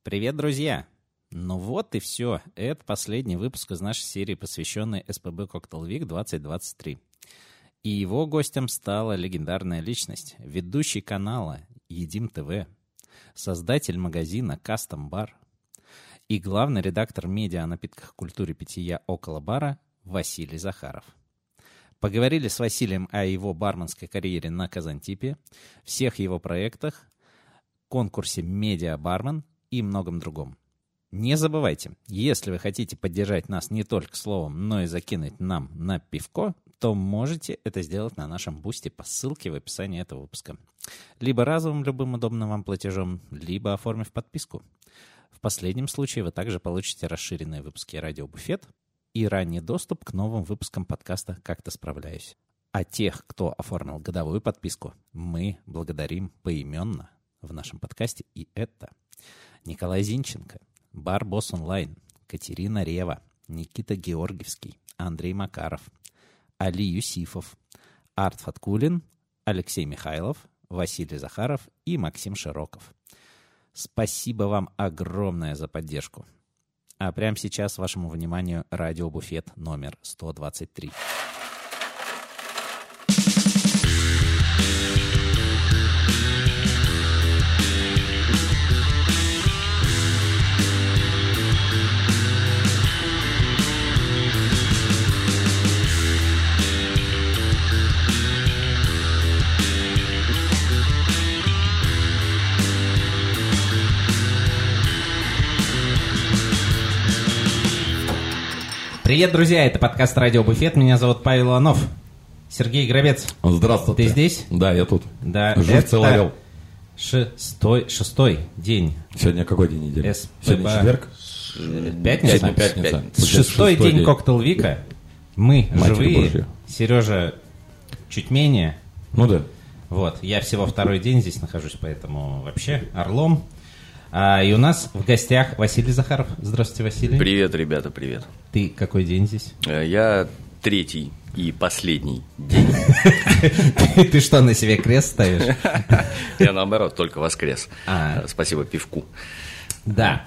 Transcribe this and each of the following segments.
Привет, друзья! Ну вот и все. Это последний выпуск из нашей серии, посвященной СПБ Cocktail Week 2023. И его гостем стала легендарная личность, ведущий канала Едим ТВ, создатель магазина Custom Bar и главный редактор медиа о напитках, культуре питья около бара Василий Захаров. Поговорили с Василием о его барменской карьере на Казантипе, всех его проектах, конкурсе «Медиа Бармен» и многом другом. Не забывайте, если вы хотите поддержать нас не только словом, но и закинуть нам на пивко, то можете это сделать на нашем бусте по ссылке в описании этого выпуска. Либо разовым любым удобным вам платежом, либо оформив подписку. В последнем случае вы также получите расширенные выпуски «Радио Буфет» и ранний доступ к новым выпускам подкаста «Как-то справляюсь». А тех, кто оформил годовую подписку, мы благодарим поименно в нашем подкасте. И это Николай Зинченко, Бар Босс Онлайн, Катерина Рева, Никита Георгиевский, Андрей Макаров, Али Юсифов, Арт Фаткулин, Алексей Михайлов, Василий Захаров и Максим Широков. Спасибо вам огромное за поддержку. А прямо сейчас вашему вниманию Радио Буфет номер 123. Привет, друзья, это подкаст «Радио Буфет». Меня зовут Павел Иванов. Сергей Гробец. Здравствуйте. Ты здесь? Да, я тут. Да, Жив цел орел. Шестой день. Сегодня какой день недели? СПБ. Сегодня четверг? Пятница? Пятница. Шестой день Cocktail Week'а. Мы Матерь живые. Божья. Сережа чуть менее. Ну да. Вот, я всего второй день здесь нахожусь, поэтому вообще орлом. И у нас в гостях Василий Захаров. Здравствуйте, Василий. Привет, ребята, привет. Ты какой день здесь? Я третий и последний день. Ты что, на себе крест ставишь? Я наоборот, только воскрес. Спасибо пивку. Да.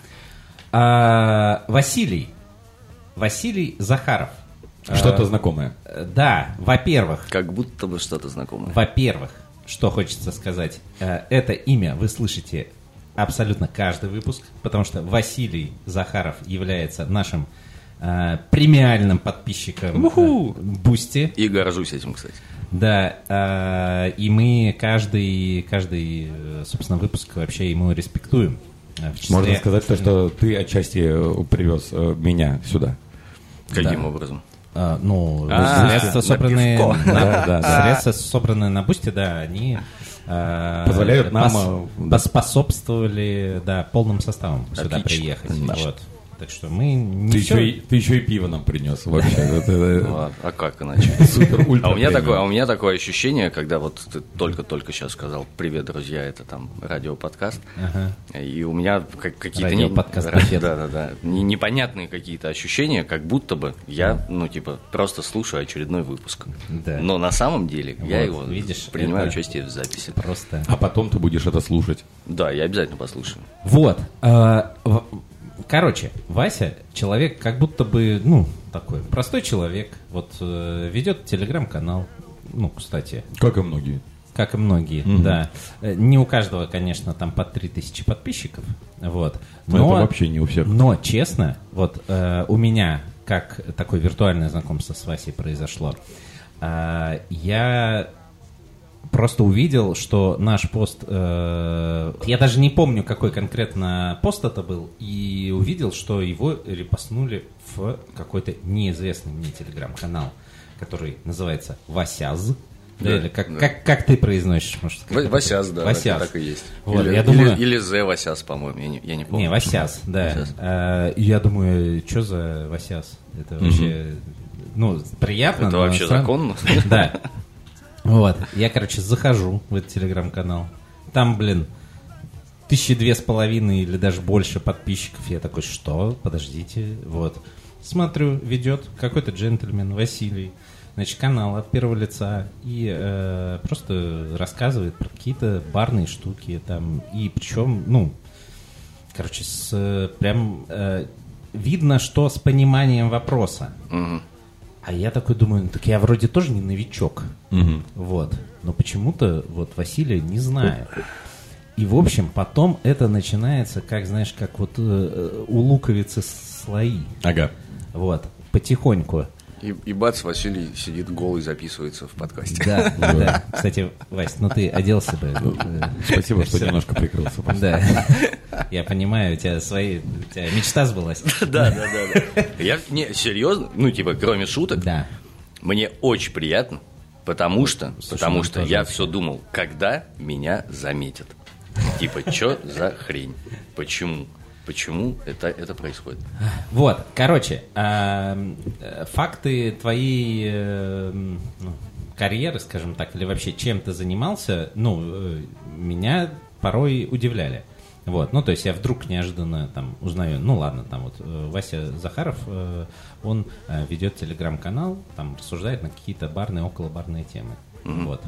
Василий Захаров. Что-то знакомое. Да, во-первых. Как будто бы что-то знакомое. Во-первых, что хочется сказать. Это имя вы слышите абсолютно каждый выпуск, потому что Василий Захаров является нашим премиальным подписчиком Бусти. И горжусь этим, кстати. Да, и мы каждый, собственно, выпуск вообще ему респектуем. Можно сказать, что ты отчасти привез меня сюда. Каким образом? Средства, собранные на Бусти, да, они позволяют нам поспособствовали, да, полным составом сюда приехать. Вот. Так что мы не ты еще и пиво нам принес вообще. А как иначе? Супер-ультра. А у меня такое ощущение, когда вот ты только сейчас сказал «Привет, друзья», это там радиоподкаст, и у меня какие-то непонятные какие-то ощущения, как будто бы я, просто слушаю очередной выпуск. Но на самом деле я его принимаю участие в записи. Просто. А потом ты будешь это слушать. Да, я обязательно послушаю. Вот. Короче, Вася человек как будто бы, такой простой человек. Вот ведет телеграм-канал, кстати. Как и многие. Да. Не у каждого, конечно, там под 3000 подписчиков. Вот. Но это вообще не у всех. Но, честно, вот у меня, как такое виртуальное знакомство с Васей произошло, я просто увидел, что наш пост... я даже не помню, какой конкретно пост это был, и увидел, что его репостнули в какой-то неизвестный мне телеграм-канал, который называется Васяз. Да, или как ты произносишь? Может, Васяз, да, Васяз. Так и есть. Вот, или Зе Васяз, по-моему, я не помню. Не, Васяз, да. Я думаю, что за Васяз? Это вообще, приятно. Это вообще законно? Да. Вот, я, захожу в этот телеграм-канал. Там, 1500 или даже больше подписчиков. Я такой, что? Подождите. Вот. Смотрю, ведет какой-то джентльмен, Василий. Значит, канал от первого лица. И просто рассказывает про какие-то барные штуки. Там, и причем, короче, прям видно, что с пониманием вопроса. Угу. А я такой думаю, ну, так я вроде тоже не новичок. Угу. Вот. Но почему-то вот Василия не знаю. И, в общем, потом это начинается, как, знаешь, как вот у луковицы слои. Ага. Вот. Потихоньку. И бац, Василий сидит голый, записывается в подкасте. Да, да. Кстати, Вась, ну ты оделся бы. Спасибо, что немножко прикрылся. Да. Я понимаю, у тебя мечта сбылась. Да. Я, серьезно, ну, типа, кроме шуток, да. Мне очень приятно, потому что я все думал, когда меня заметят. Типа, что за хрень? Почему это происходит? Вот, короче, факты твоей карьеры, скажем так, или вообще чем ты занимался, меня порой удивляли. Вот, ну, то есть я вдруг неожиданно там узнаю, ну, ладно, там вот Вася Захаров, он ведет телеграм-канал, там рассуждает на какие-то барные, околобарные темы. Mm-hmm. Вот.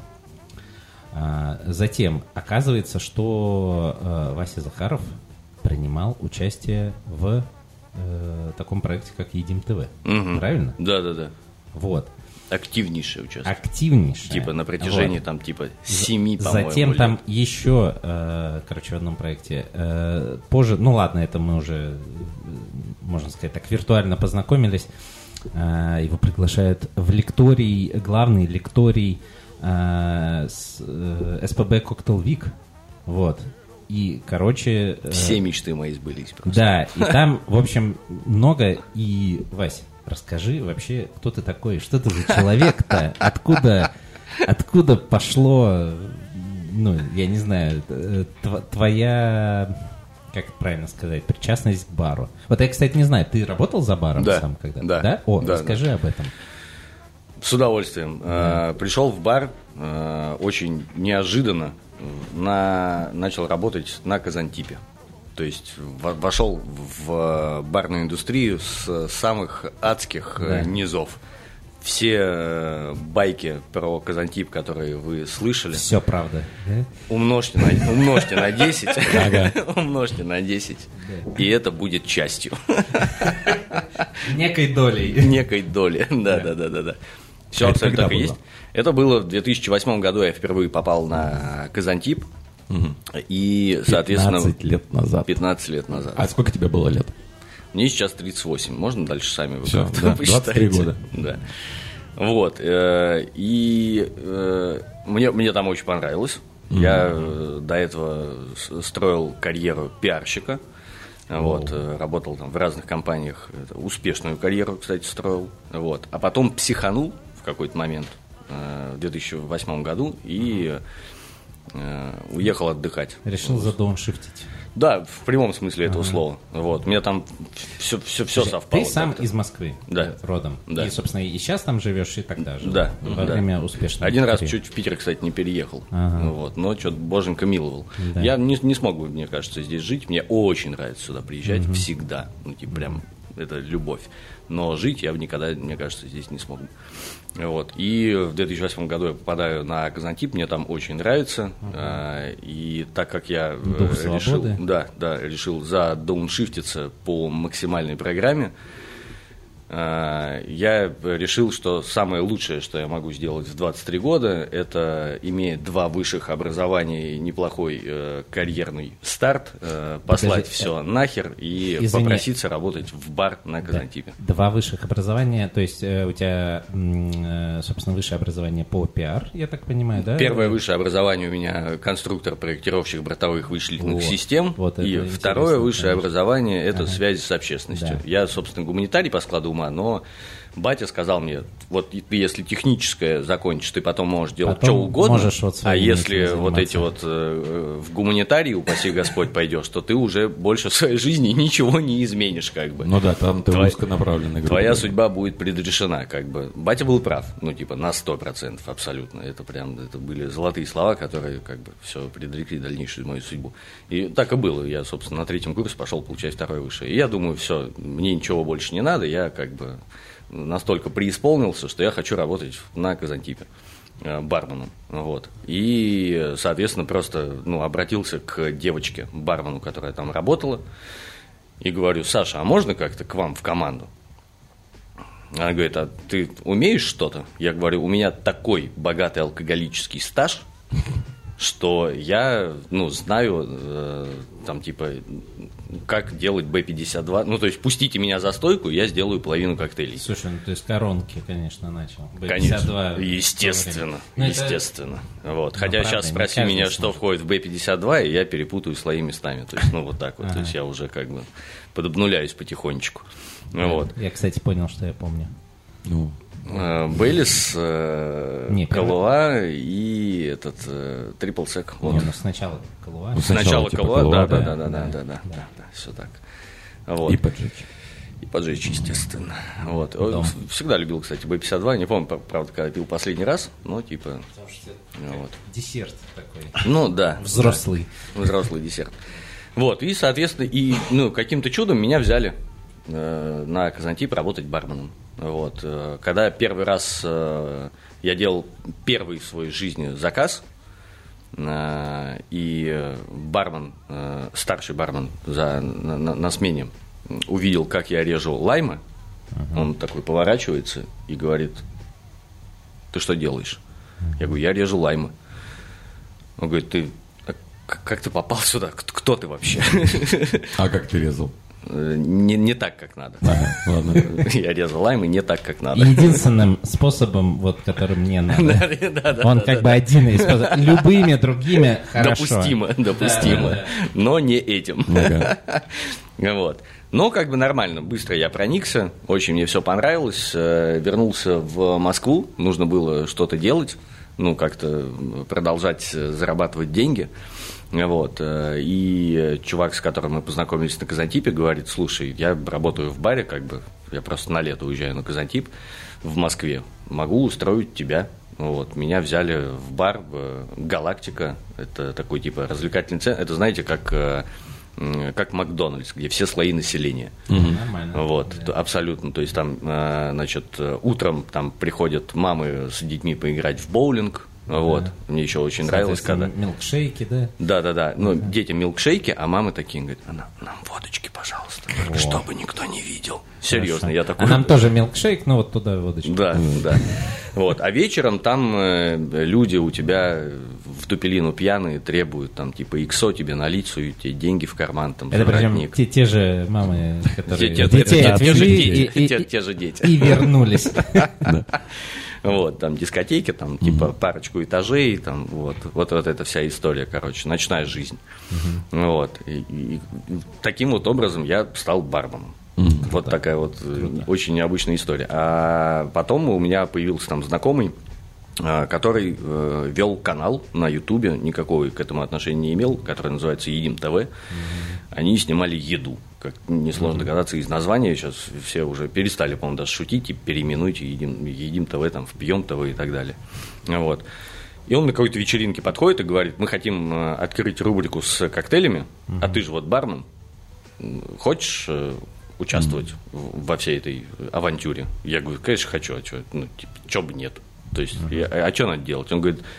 Затем оказывается, что Вася Захаров принимал участие в таком проекте, как Едим ТВ. Угу. Правильно? Да. Вот. Активнейшее участие. Активнейшее. Типа на протяжении вот. там типа 7, по-моему. Затем лет. там еще, короче, в одном проекте позже, ну ладно, это мы уже, можно сказать так, виртуально познакомились. Его приглашают в лекторий, главный лекторий с СПБ Cocktail Week. Вот. И, короче... Все мечты мои сбылись просто. Да, и там, в общем, много. И, Вась, расскажи вообще, кто ты такой, что ты за человек-то, откуда пошло, ну, я не знаю, твоя, как это правильно сказать, причастность к бару. Вот я, кстати, не знаю, ты работал за баром сам когда-то? Да. О, да, расскажи об этом. С удовольствием. Пришел в бар очень неожиданно. Начал работать на Казантипе. То есть вошел в барную индустрию с самых адских низов. Все байки про Казантип, которые вы слышали, все правда. умножьте на 10. Умножьте на 10. И это будет частью. Некой долей. Некой доли. Да. Все абсолютно так и есть. Это было в 2008 году, я впервые попал на Казантип. И, соответственно... 15 лет назад. А сколько тебе было лет? Мне сейчас 38. Можно дальше сами вы все, да, 23 года. Да. Вот. И мне там очень понравилось. Я до этого строил карьеру пиарщика. Вот, работал там в разных компаниях. Успешную карьеру, кстати, строил. Вот. А потом психанул в какой-то момент в 2008 году и уехал отдыхать. Решил задауншифтить. Да, в прямом смысле этого слова. Вот. У меня там все совпало. Ты сам из Москвы родом. Да. И, собственно, и сейчас там живешь, и тогда жил. Да. Во время успешного. Один раз чуть в Питер, кстати, не переехал. Вот. Но что-то боженька миловал. Да. Я не смог бы, мне кажется, здесь жить. Мне очень нравится сюда приезжать всегда. Ну, типа, прям, это любовь. Но жить я бы никогда, мне кажется, здесь не смог. Вот. И в 2008 году я попадаю на Казантип, мне там очень нравится. И так как я решил задауншифтиться по максимальной программе, я решил, что самое лучшее, что я могу сделать в 23 года, это, имея 2 высших образования и неплохой карьерный старт, послать все нахер и попроситься работать в бар на Казантипе. 2 высших образования, то есть у тебя, собственно, высшее образование по пиар, я так понимаю, да? Первое высшее образование у меня конструктор-проектировщик бортовых вычислительных систем, и второе высшее образование – это связи с общественностью. Я, собственно, гуманитарий по складу ума, но батя сказал мне, вот ты если техническое закончишь, ты потом можешь делать что угодно, а если вот эти вот в гуманитарии, упаси Господь, пойдешь, то ты уже больше в своей жизни ничего не изменишь, как бы. Ну да, там ты узконаправленный. Твоя судьба будет предрешена, как бы. Батя был прав, ну типа на 100% абсолютно. Это прям, это были золотые слова, которые как бы все предрекли дальнейшую мою судьбу. И так и было. Я, собственно, на 3-м курсе пошел получать 2-е высшее. И я думаю, все, мне ничего больше не надо, я как бы настолько преисполнился, что я хочу работать на Казантипе. барменом. Вот. И, соответственно, просто обратился к девочке, бармену, которая там работала, и говорю: Саша, а можно как-то к вам в команду? Она говорит: а ты умеешь что-то? Я говорю: у меня такой богатый алкоголический стаж, что я, знаю, там, типа, как делать Б-52. То есть, пустите меня за стойку, я сделаю половину коктейлей. Слушай, то есть, коронки, конечно, начал. Б-52. Конечно, естественно. Вот. Хотя сейчас спроси меня, что входит в Б-52, и я перепутаю свои местами. То есть, вот так вот. Ага. То есть, я уже как бы подобнуляюсь потихонечку. Вот. Я, кстати, понял, что я помню. Бейлис, Калуа и этот Трипл Сек. Вот. Сначала Калуа. Сначала Калуа, да, все так. Вот. И поджечь, естественно. Вот. Всегда любил, кстати, Б-52. Не помню, правда, когда пил последний раз, но типа. Вот. Десерт такой. Да. Взрослый. Да. Взрослый десерт. Вот. И, соответственно, каким-то чудом меня взяли на Казантип работать барменом. Вот. Когда первый раз я делал первый в своей жизни заказ, и бармен, старший бармен на смене увидел, как я режу лаймы, он такой поворачивается и говорит: ты что делаешь? Я говорю: я режу лаймы. Он говорит: как ты попал сюда? Кто ты вообще? А как ты резал? Не так, как надо. Ладно. Я резал лаймы не так, как надо. Единственным способом, который мне надо. Он как бы один из способов. Любыми другими хорошо. Допустимо. Но не этим. Вот. Но как бы нормально, быстро я проникся, очень мне все понравилось. Вернулся в Москву, нужно было что-то делать, как-то продолжать зарабатывать деньги. Вот. И чувак, с которым мы познакомились на Казантипе, говорит: слушай, я работаю в баре, как бы, я просто на лето уезжаю на Казантип в Москве, могу устроить тебя. Вот. Меня взяли в бар «Галактика», это такой типа развлекательный центр, это, знаете, как Макдональдс, где все слои населения. Нормально. Вот, да. Абсолютно. То есть там, утром там приходят мамы с детьми поиграть в боулинг. Вот. Мне еще очень нравилось, когда... Милкшейки, да? Да. Детям милкшейки, а мамы такие говорят: нам водочки, пожалуйста, только чтобы никто не видел. Серьезно, я такой... А нам тоже милкшейк, но вот туда водочки. Да. Вот. А вечером там люди у тебя в дупелину пьяные требуют, там, типа, иксо тебе налить, суют тебе деньги в карман, там, это прям те же мамы, которые детей отвели, те же дети. И вернулись. Вот, там дискотеки, там, типа, парочку этажей, там, вот эта вся история, короче, ночная жизнь. Вот. И таким вот образом я стал барменом. Вот такая вот очень необычная история. А потом у меня появился там знакомый, который вел канал на Ютубе, никакого к этому отношения не имел, который называется «Едим ТВ». Они снимали еду. Как несложно догадаться из названия, сейчас все уже перестали, по-моему, даже шутить, типа, переименуйте «Едим ТВ», там, «Впьем ТВ» и так далее. Вот. И он на какой-то вечеринке подходит и говорит: мы хотим открыть рубрику с коктейлями, а ты же вот бармен, хочешь участвовать во всей этой авантюре? Я говорю: конечно, хочу, а что, чё бы нет. То есть, а что надо делать? Он говорит: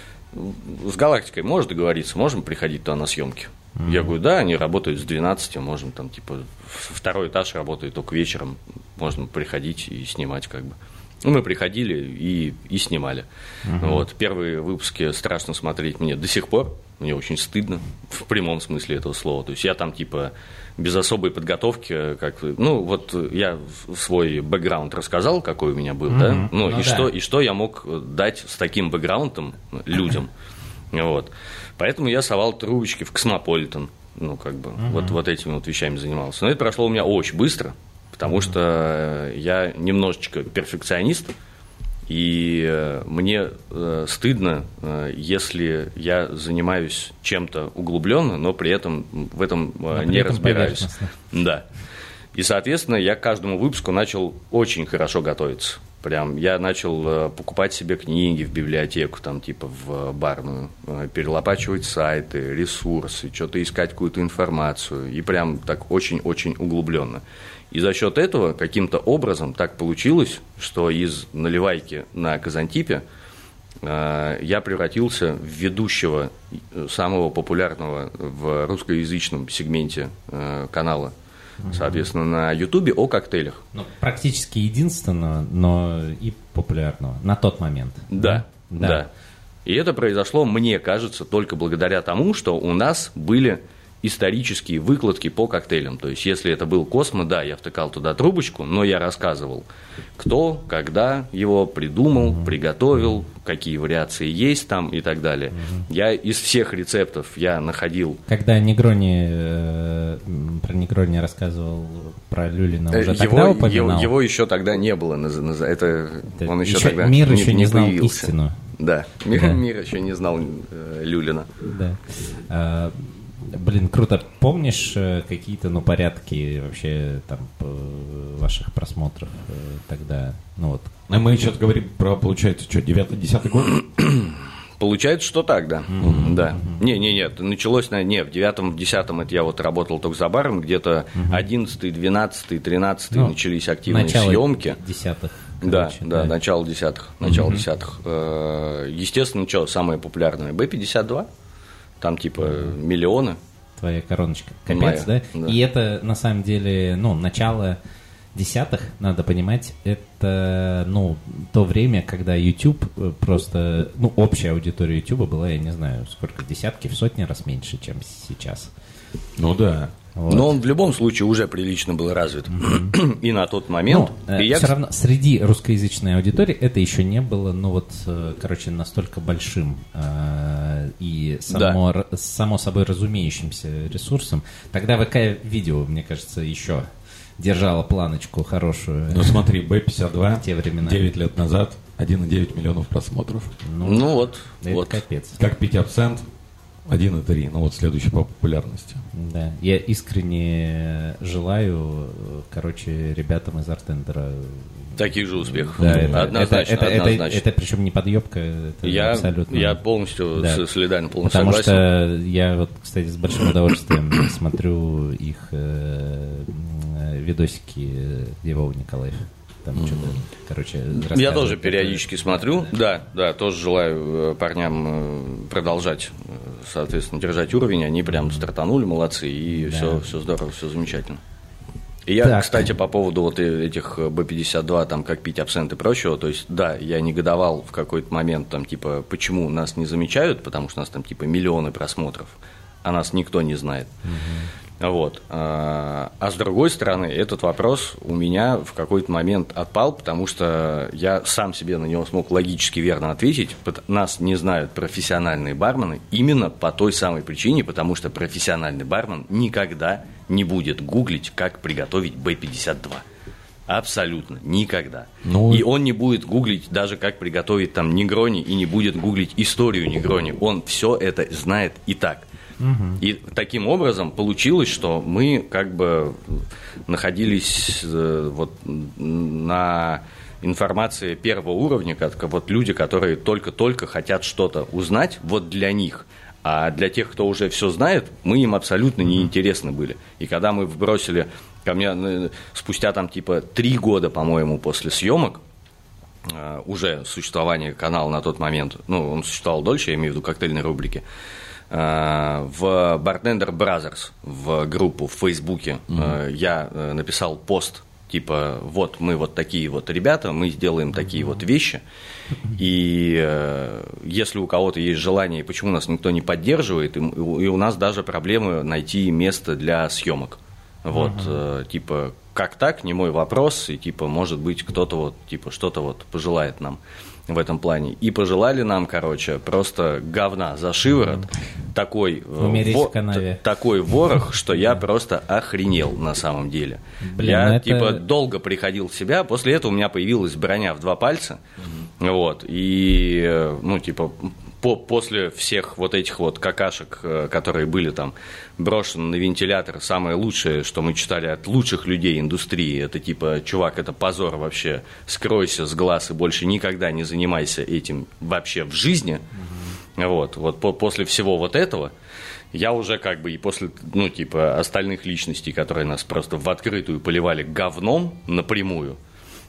с «Галактикой» можешь договориться, можем приходить туда на съемки? Я говорю: да, они работают с 12, можем там, типа, второй этаж работает только вечером, можно приходить и снимать, как бы. Мы приходили и снимали. Вот. Первые выпуски страшно смотреть мне до сих пор, мне очень стыдно, в прямом смысле этого слова. То есть, я там, типа, без особой подготовки, вот я свой бэкграунд рассказал, какой у меня был, да? И что я мог дать с таким бэкграундом людям? Вот. Поэтому я совал трубочки в Космополитен, вот этими вот вещами занимался. Но это прошло у меня очень быстро, потому что я немножечко перфекционист, и мне стыдно, если я занимаюсь чем-то углубленно, но при этом в этом не разбираюсь. Да. И, соответственно, я к каждому выпуску начал очень хорошо готовиться. Прям я начал покупать себе книги в библиотеку, там, типа, в барную, перелопачивать сайты, ресурсы, что-то искать какую-то информацию, и прям так очень-очень углубленно. И за счет этого каким-то образом так получилось, что из наливайки на Казантипе я превратился в ведущего самого популярного в русскоязычном сегменте канала, соответственно, на Ютубе о коктейлях. Ну, практически единственного, но и популярного на тот момент. Да. И это произошло, мне кажется, только благодаря тому, что у нас были исторические выкладки по коктейлям. То есть, если это был Космо, да, я втыкал туда трубочку, но я рассказывал, кто, когда его придумал, приготовил, какие вариации есть там и так далее. Я из всех рецептов я находил... Когда про Негрони рассказывал, про Люлина, уже тогда упоминал? Его еще тогда не было. Он еще тогда мир еще не знал появился. Истину. Да, мир еще не знал Люлина. Да. Блин, круто. Помнишь какие-то, порядки вообще там ваших просмотров тогда? Мы сейчас говорим про, получается, 9-10 год? Получается, что так, да. Да. Нет, началось, в 9-10 это я работал только за баром, где-то 11, 12, 13 начались активные съемки. Десятых. Да, начало десятых. Естественно, самое популярное? Б-52. Там миллионы. Твоя короночка. Капец, да? И это, на самом деле, начало десятых, надо понимать, это, то время, когда YouTube просто, общая аудитория YouTube была, я не знаю, сколько, десятки, в сотни раз меньше, чем сейчас. Ну да. Вот. Но он в любом случае уже прилично был развит. И на тот момент... все равно среди русскоязычной аудитории это еще не было, настолько большим и само собой разумеющимся ресурсом. Тогда ВК-видео, мне кажется, еще держало планочку хорошую. Смотри, Б-52 в те времена. 9 лет назад 1,9 миллионов просмотров. Это капец. Как 5 абсент. 1,3, следующий по популярности. Да, я искренне желаю, ребятам из Артендера таких же успехов. Да, однозначно. Это причем не подъебка, абсолютно. Я полностью солидарен, Потому согласен. Что я кстати, с большим удовольствием смотрю их видосики, где Вова Николаев. Там что-то, я тоже периодически смотрю, да, тоже желаю парням продолжать, соответственно, держать уровень, они прям стартанули, молодцы, и все здорово, все замечательно. И я, кстати, по поводу этих Б-52, там, как пить абсент и прочего, то есть, да, я негодовал в какой-то момент, там, почему нас не замечают, потому что у нас там, миллионы просмотров, а нас никто не знает. Вот. А с другой стороны, этот вопрос у меня в какой-то момент отпал, потому что я сам себе на него смог логически верно ответить. Нас не знают профессиональные бармены именно по той самой причине, потому что профессиональный бармен никогда не будет гуглить, как приготовить Б-52. Абсолютно, никогда. И он не будет гуглить даже, как приготовить там негрони, и не будет гуглить историю негрони. Он все это знает и так. И таким образом получилось, что мы находились на информации первого уровня, как люди, которые только-только хотят что-то узнать, для них. А для тех, кто уже все знает, мы им абсолютно неинтересны были. И когда мы вбросили ко мне спустя 3 года, по-моему, после съемок, уже существования канала на тот момент, он существовал дольше, я имею в виду коктейльной рубрики, в Bartender Brothers, в группу в Фейсбуке, я написал пост, мы такие ребята, мы сделаем такие вещи, и если у кого-то есть желание, и почему нас никто не поддерживает, и у нас даже проблемы найти место для съемок. Как так, не мой вопрос, и может быть кто-то что-то пожелает нам в этом плане. И пожелали нам, просто говна за шиворот, такой ворох, что я просто охренел на самом деле. Я долго приходил в себя, после этого у меня появилась броня в 2 пальца, и после всех этих какашек, которые были там брошены на вентилятор, самое лучшее, что мы читали от лучших людей индустрии, это чувак, это позор вообще, скройся с глаз и больше никогда не занимайся этим вообще в жизни. После всего этого я уже и после, остальных личностей, которые нас просто в открытую поливали говном напрямую,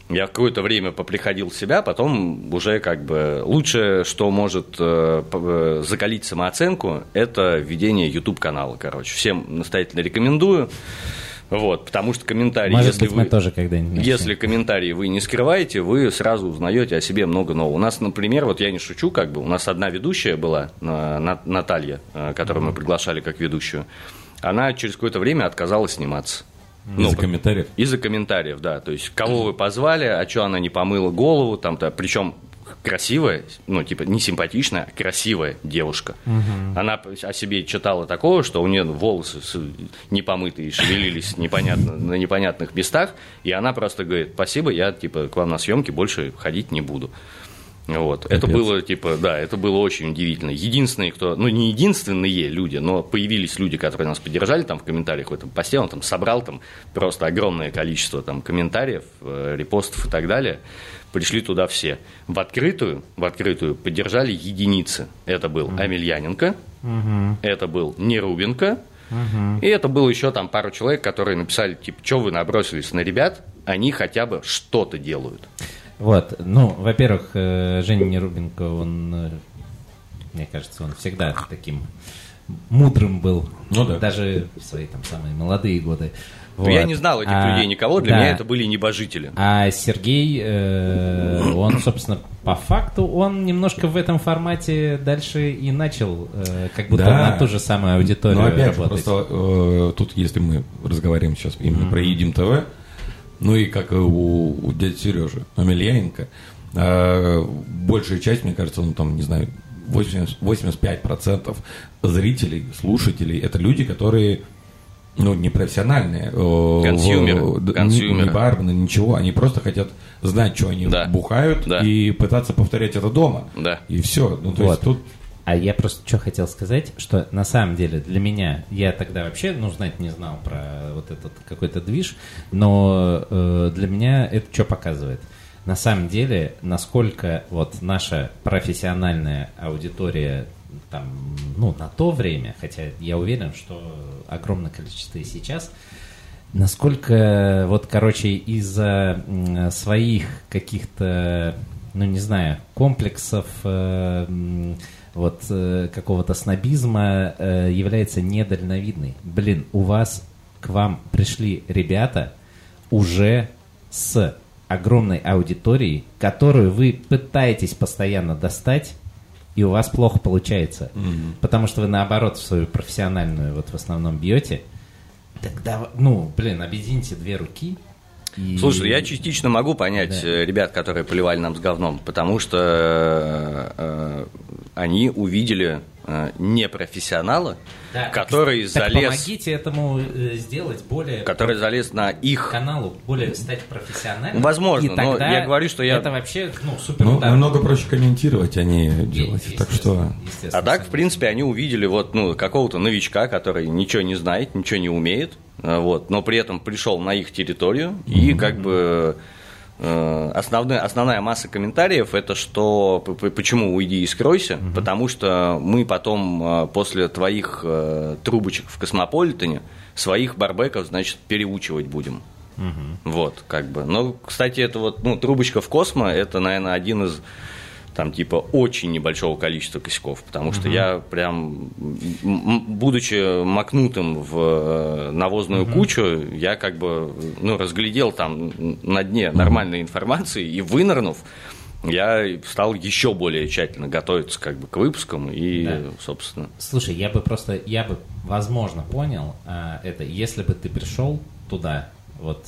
Я какое-то время поприходил в себя, потом уже как бы лучшее, что может закалить самооценку, это ведение YouTube-канала, короче. Всем настоятельно рекомендую. Вот, потому что комментарии, если комментарии вы не скрываете, вы сразу узнаете о себе много нового. У нас, например, вот я не шучу, как бы, у нас одна ведущая была, Наталья, которую мы приглашали как ведущую, она через какое-то время отказалась сниматься. Из-за комментариев? Из-за комментариев, да. То есть, кого вы позвали, а что она не помыла голову, там-то, причем красивая, ну, типа, не симпатичная, а красивая девушка. Она о себе читала такого, что у нее волосы непомытые шевелились на непонятных местах, и она просто говорит: спасибо, я, типа, к вам на съемки больше ходить не буду. Вот. Это было, типа, да, это было очень удивительно. Единственные, кто, ну, не единственные люди, но появились люди, которые нас поддержали там в комментариях в этом посте, он там собрал там просто огромное количество там комментариев, репостов и так далее. Пришли туда все. В открытую поддержали единицы. Это был Амельяненко, это был Нерубенко, и это было еще там пару человек, которые написали, типа, что вы набросились на ребят, они хотя бы что-то делают. Вот, ну, во-первых, Женя Нерубенко, он, мне кажется, он всегда таким мудрым был, ну, да. Даже в свои там самые молодые годы. Вот. Я не знал этих людей никого, для меня это были небожители. А Сергей, он, собственно, по факту, он немножко в этом формате дальше и начал, как будто на ту же самую аудиторию опять работать. Просто тут, если мы разговариваем сейчас именно про Едим ТВ, ну и как у дяди Сережи Амельяненко, большая часть, мне кажется, ну там, не знаю, 85% зрителей, слушателей, это люди, которые, ну, не профессиональные, консюмеры. Не бармены, ничего, они просто хотят знать, что они бухают, и пытаться повторять это дома. Да. И все. Ну, то есть тут... А я просто что хотел сказать, что на самом деле для меня, я тогда вообще, ну, знать не знал про вот этот какой-то движ, но для меня это что показывает? На самом деле, насколько вот наша профессиональная аудитория там, ну, на то время, хотя я уверен, что огромное количество и сейчас, насколько вот, короче, из-за своих каких-то, ну, не знаю, комплексов, вот какого-то снобизма является недальновидной. Блин, к вам пришли ребята уже с огромной аудиторией, которую вы пытаетесь постоянно достать, и у вас плохо получается. Потому что вы, наоборот, в свою профессиональную вот в основном бьете. Тогда, ну, блин, объедините две руки. Слушай, я частично могу понять ребят, которые поливали нам с говном, потому что они увидели непрофессионала, который залез... Помогите этому сделать более... Который залез на их... каналу, более стать профессиональным. Возможно, но я говорю, что я... Это вообще, ну, супер. Ну, намного проще комментировать, а не делать. Так что... А так, в принципе, они увидели вот, ну, какого-то новичка, который ничего не знает, ничего не умеет, вот, но при этом пришел на их территорию, и как бы... Основная масса комментариев это что, почему уйди и скройся, потому что мы потом после твоих трубочек в Космополитене своих барбеков, значит, переучивать будем. Вот, как бы. Но, кстати, это вот, ну, трубочка в Космо, это, наверное, один из там типа очень небольшого количества косяков, потому что я прям, будучи макнутым в навозную кучу, я как бы, ну, разглядел там на дне нормальной информации и, вынырнув, я стал еще более тщательно готовиться как бы к выпускам и, собственно... Слушай, я бы, возможно, понял это, если бы ты пришел туда, вот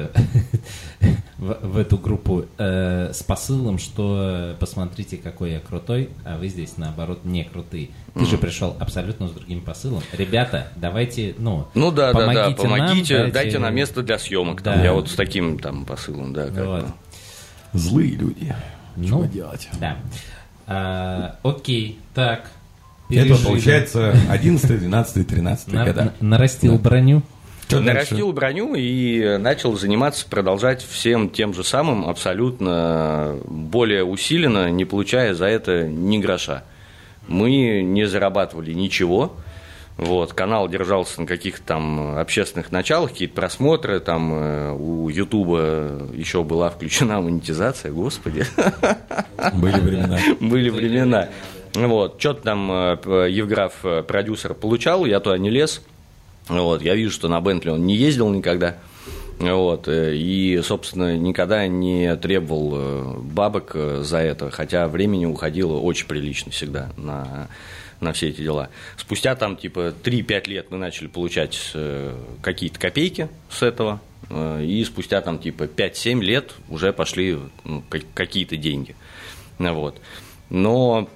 в эту группу с посылом, что посмотрите, какой я крутой, а вы здесь, наоборот, не крутые. Ты же пришел абсолютно с другим посылом. Ребята, давайте, помогите нам, дайте нам место для съемок. Там, я вот с таким там посылом, да. Вот. Злые люди. Что делать? Да. Окей, так. Это получается 11, 12, 13 года. Нарастил броню. Нарастил броню и начал заниматься, продолжать всем тем же самым, абсолютно более усиленно, не получая за это ни гроша. Мы не зарабатывали ничего, Вот, канал держался на каких-то там общественных началах, какие-то просмотры, там у Ютуба еще была включена монетизация, господи. Были времена. Были времена. Вот, что-то там Евграф, продюсер, получал, я туда не лез. Вот, я вижу, что на Бентли он не ездил никогда. Вот, и, собственно, никогда не требовал бабок за это, хотя времени уходило очень прилично всегда на все эти дела. Спустя там типа 3-5 лет мы начали получать какие-то копейки с этого, и спустя там типа 5-7 лет уже пошли какие-то деньги. Вот. Но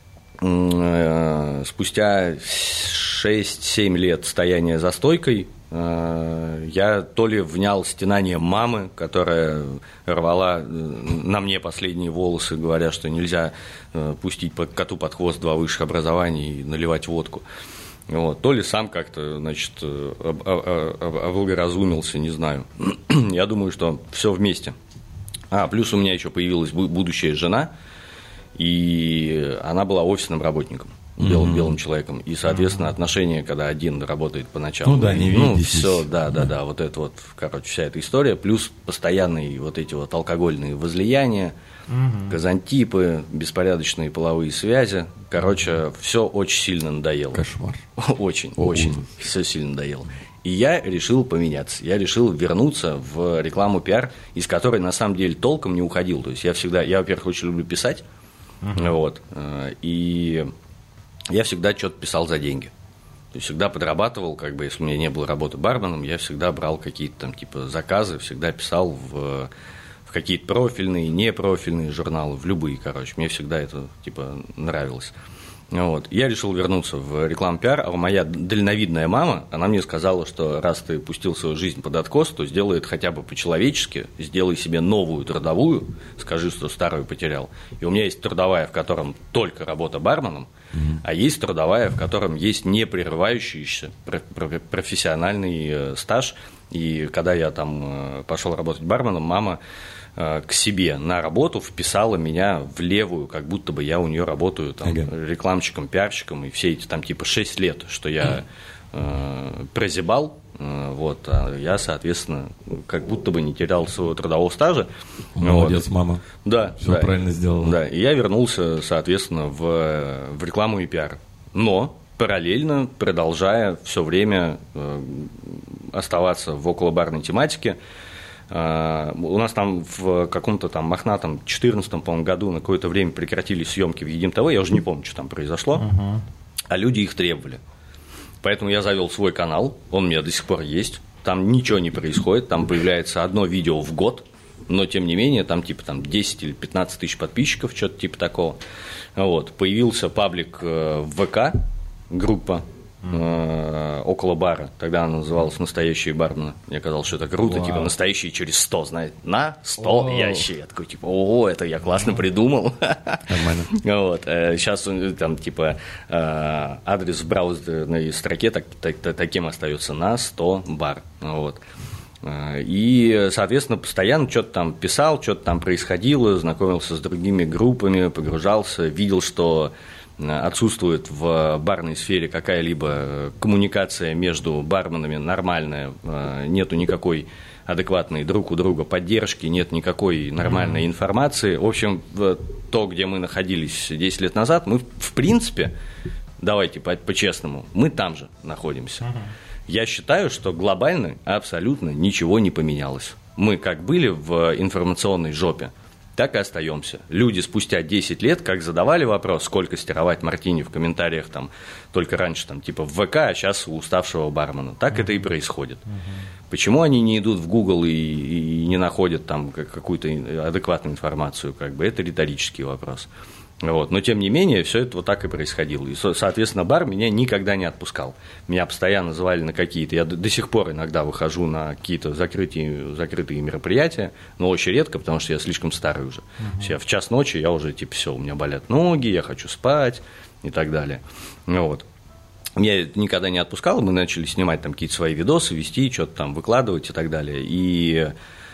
спустя 6-7 лет стояния за стойкой я то ли внял стенание мамы, которая рвала на мне последние волосы, говоря, что нельзя пустить коту под хвост 2 высших образования и наливать водку. Вот. То ли сам как-то, значит, облагоразумился, не знаю. Я думаю, что все вместе. Плюс у меня еще появилась будущая жена, и она была офисным работником. Белым человеком. И, соответственно, отношения, когда один работает поначалу. Ну да, не видитесь. Все, да. Вот это вот, короче, вся эта история. Плюс постоянные вот эти вот алкогольные возлияния, казантипы, беспорядочные половые связи. Короче, все очень сильно надоело. Кошмар. Очень все сильно надоело. И я решил поменяться. Я решил вернуться в рекламу пиар, из которой на самом деле толком не уходил. То есть я, во-первых, очень люблю писать. Вот. И я всегда что-то писал за деньги. То есть всегда подрабатывал, как бы, если у меня не было работы барменом, я всегда брал какие-то там типа заказы, всегда писал в какие-то профильные, непрофильные журналы, в любые, короче. Мне всегда это типа нравилось. Вот. Я решил вернуться в рекламу пиар, а моя дальновидная мама, она мне сказала, что раз ты пустил свою жизнь под откос, то сделай это хотя бы по-человечески, сделай себе новую трудовую, скажи, что старую потерял. И у меня есть трудовая, в котором только работа барменом, а есть трудовая, в котором есть непрерывающийся профессиональный стаж. И когда я там пошел работать барменом, мама к себе на работу вписала меня в левую, как будто бы я у нее работаю там, рекламщиком, пиарщиком, и все эти там типа 6 лет, что я прозябал, вот, а я, соответственно, как будто бы не терял своего трудового стажа. Молодец, вот. Мама. Да. Все правильно сделала. Да, и я вернулся, соответственно, в рекламу и пиар. Но параллельно, продолжая все время оставаться в околобарной тематике, у нас там в каком-то там мохнатом 2014, по-моему, году на какое-то время прекратились съемки в Едим ТВ, я уже не помню, что там произошло, а люди их требовали. Поэтому я завел свой канал, он у меня до сих пор есть, там ничего не происходит, там появляется одно видео в год, но тем не менее там типа там 10 или 15 тысяч подписчиков, что-то типа такого. Вот. Появился паблик в ВК, группа около бара, тогда она называлась «Настоящие бармены». Мне казалось, что это круто, типа «Настоящие через 100», знаете, на 100 ящик. Я такой, типа, это я классно придумал. Нормально. Вот. Сейчас там, типа, адрес в браузерной строке таким остается «на 100 бар». Вот. И, соответственно, постоянно что-то там писал, что-то там происходило, знакомился с другими группами, погружался, видел, что отсутствует в барной сфере какая-либо коммуникация между барменами нормальная, нету никакой адекватной друг у друга поддержки, нет никакой нормальной информации. В общем, то, где мы находились 10 лет назад, мы, в принципе, давайте по-честному, мы там же находимся. Я считаю, что глобально абсолютно ничего не поменялось. Мы как были в информационной жопе, так и остаемся. Люди спустя 10 лет, как задавали вопрос, сколько стировать мартини в комментариях, там, только раньше там, типа в ВК, а сейчас у уставшего бармена. Так это и происходит. Почему они не идут в Google и не находят там какую-то адекватную информацию, как бы, это риторический вопрос. Вот. Но, тем не менее, все это вот так и происходило. И, соответственно, бар меня никогда не отпускал. Меня постоянно звали на какие-то... Я до сих пор иногда выхожу на какие-то закрытые мероприятия, но очень редко, потому что я слишком старый уже. Я в час ночи, я уже, типа, все, у меня болят ноги, я хочу спать и так далее. Вот. Меня это никогда не отпускало, мы начали снимать там какие-то свои видосы, вести, что-то там выкладывать и так далее. И...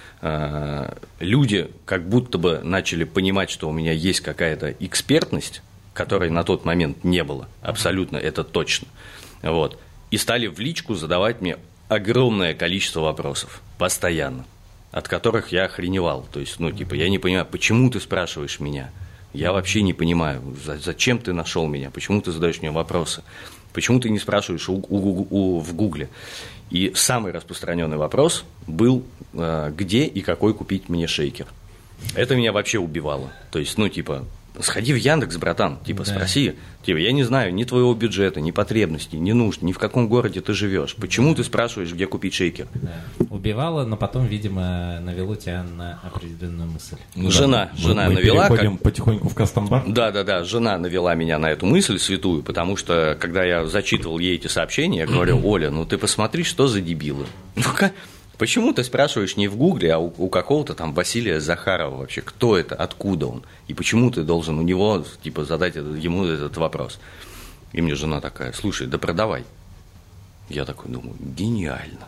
люди как будто бы начали понимать, что у меня есть какая-то экспертность, которой на тот момент не было, абсолютно, это точно. Вот. И стали в личку задавать мне огромное количество вопросов, постоянно, от которых я охреневал. То есть, я не понимаю, почему ты спрашиваешь меня? Я вообще не понимаю, зачем ты нашел меня, почему ты задаешь мне вопросы, почему ты не спрашиваешь в Гугле. И самый распространенный вопрос был, где и какой купить мне шейкер. Это меня вообще убивало. То есть, сходи в Яндекс, братан, спроси, я не знаю ни твоего бюджета, ни потребностей, ни нужд, ни в каком городе ты живешь. Почему ты спрашиваешь, где купить шейкер? Да. Убивало, но потом, видимо, навело тебя на определенную мысль. Жена навела. Переходим потихоньку в кастом-бар? Да, жена навела меня на эту мысль святую, потому что, когда я зачитывал ей эти сообщения, я говорю: Оля, ты посмотри, что за дебилы. Почему ты спрашиваешь не в Гугле, а у какого-то там Василия Захарова вообще? Кто это? Откуда он? И почему ты должен у него, задать ему этот вопрос? И мне жена такая: слушай, да продавай. Я такой думаю: гениально.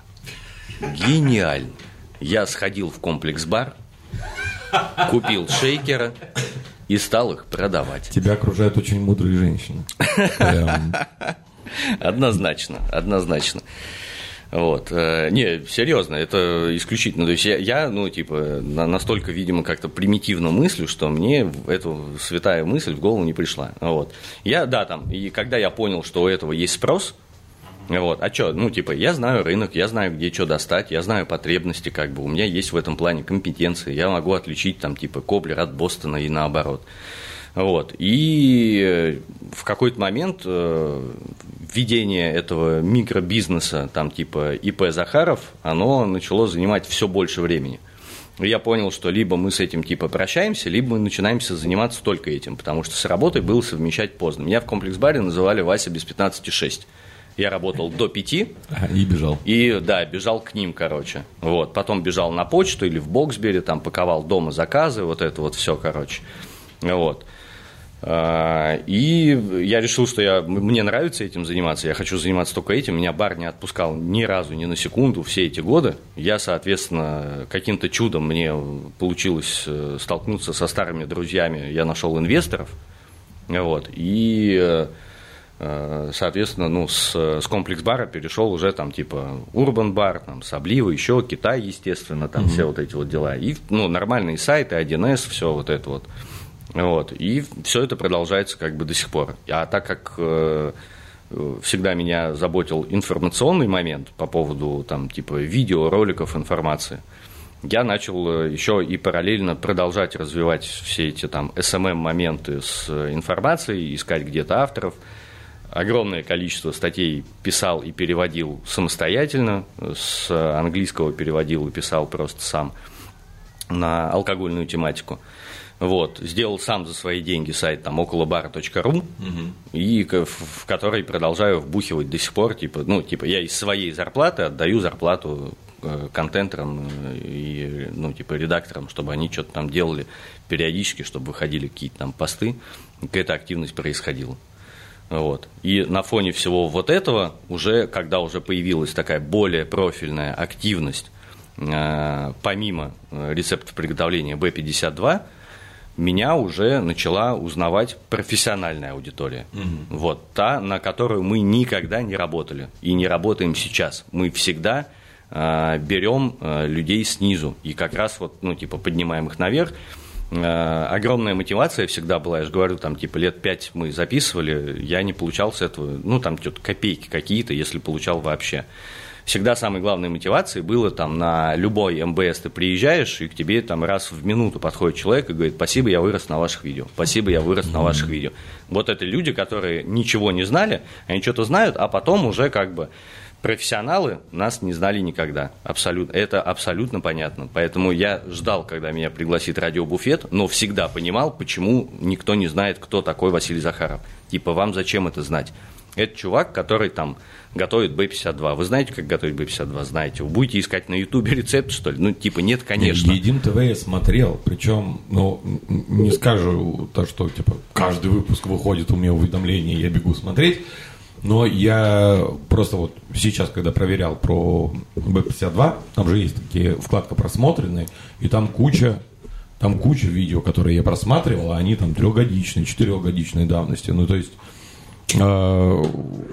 Я сходил в комплекс-бар, купил шейкера и стал их продавать. Тебя окружают очень мудрые женщины. Однозначно. Вот. Не, серьезно, это исключительно. То есть я настолько, видимо, как-то примитивно мыслю, что мне эта святая мысль в голову не пришла. Вот. И когда я понял, что у этого есть спрос, вот, а что, я знаю рынок, я знаю, где что достать, я знаю потребности, у меня есть в этом плане компетенции, я могу отличить, Коблер от Бостона и наоборот. Вот. И в какой-то момент введение этого микробизнеса, ИП Захаров, оно начало занимать все больше времени. И я понял, что либо мы с этим прощаемся, либо мы начинаемся заниматься только этим, потому что с работой было совмещать поздно. Меня в комплекс-баре называли Вася без 15,6. Я работал до 5. И бежал. И, бежал к ним, Вот. Потом бежал на почту или в Боксбери, паковал дома заказы, вот это вот все, Вот. И я решил, что мне нравится этим заниматься, я хочу заниматься только этим. Меня бар не отпускал ни разу, ни на секунду все эти годы. Я, соответственно, каким-то чудом мне получилось столкнуться со старыми друзьями. Я нашел инвесторов. Вот, и, соответственно, с комплекс-бара перешел уже Урбан-бар, Саблива, еще Китай, естественно, все вот эти вот дела. И нормальные сайты, 1С, все вот это вот. Вот, и все это продолжается до сих пор. А так как всегда меня заботил информационный момент по поводу видео, роликов, информации, я начал еще и параллельно продолжать развивать все эти SMM-моменты с информацией, искать где-то авторов. Огромное количество статей писал и переводил самостоятельно, с английского переводил и писал просто сам на алкогольную тематику. Вот, сделал сам за свои деньги сайт околобара.ру, и в который продолжаю вбухивать до сих пор, я из своей зарплаты отдаю зарплату контентерам и, редакторам, чтобы они что-то там делали периодически, чтобы выходили какие-то посты, какая-то активность происходила. Вот. И на фоне всего вот этого, когда уже появилась такая более профильная активность, помимо рецептов приготовления B52, меня уже начала узнавать профессиональная аудитория. Вот та, на которую мы никогда не работали и не работаем сейчас. Мы всегда берем людей снизу и как раз поднимаем их наверх. Огромная мотивация всегда была, я же говорю, лет 5 мы записывали, я не получал с этого, что-то копейки какие-то, если получал вообще. Всегда самой главной мотивацией было на любой МБС ты приезжаешь, и к тебе раз в минуту подходит человек и говорит: спасибо, я вырос на ваших видео, спасибо, я вырос на ваших видео. Вот это люди, которые ничего не знали, они что-то знают, а потом уже профессионалы нас не знали никогда. Это абсолютно понятно. Поэтому я ждал, когда меня пригласит радиобуфет, но всегда понимал, почему никто не знает, кто такой Василий Захаров. Вам зачем это знать? Это чувак, который готовит B52. Вы знаете, как готовить B52? Знаете. Вы будете искать на Ютубе рецепт, что ли? Нет, конечно. Едим ТВ я смотрел, причем, не скажу то, что каждый выпуск выходит у меня уведомление, я бегу смотреть. Но я просто сейчас, когда проверял про B52, там же есть вкладка «Просмотренные», и там куча видео, которые я просматривал, а они 3-годичные, 4-годичной давности. То есть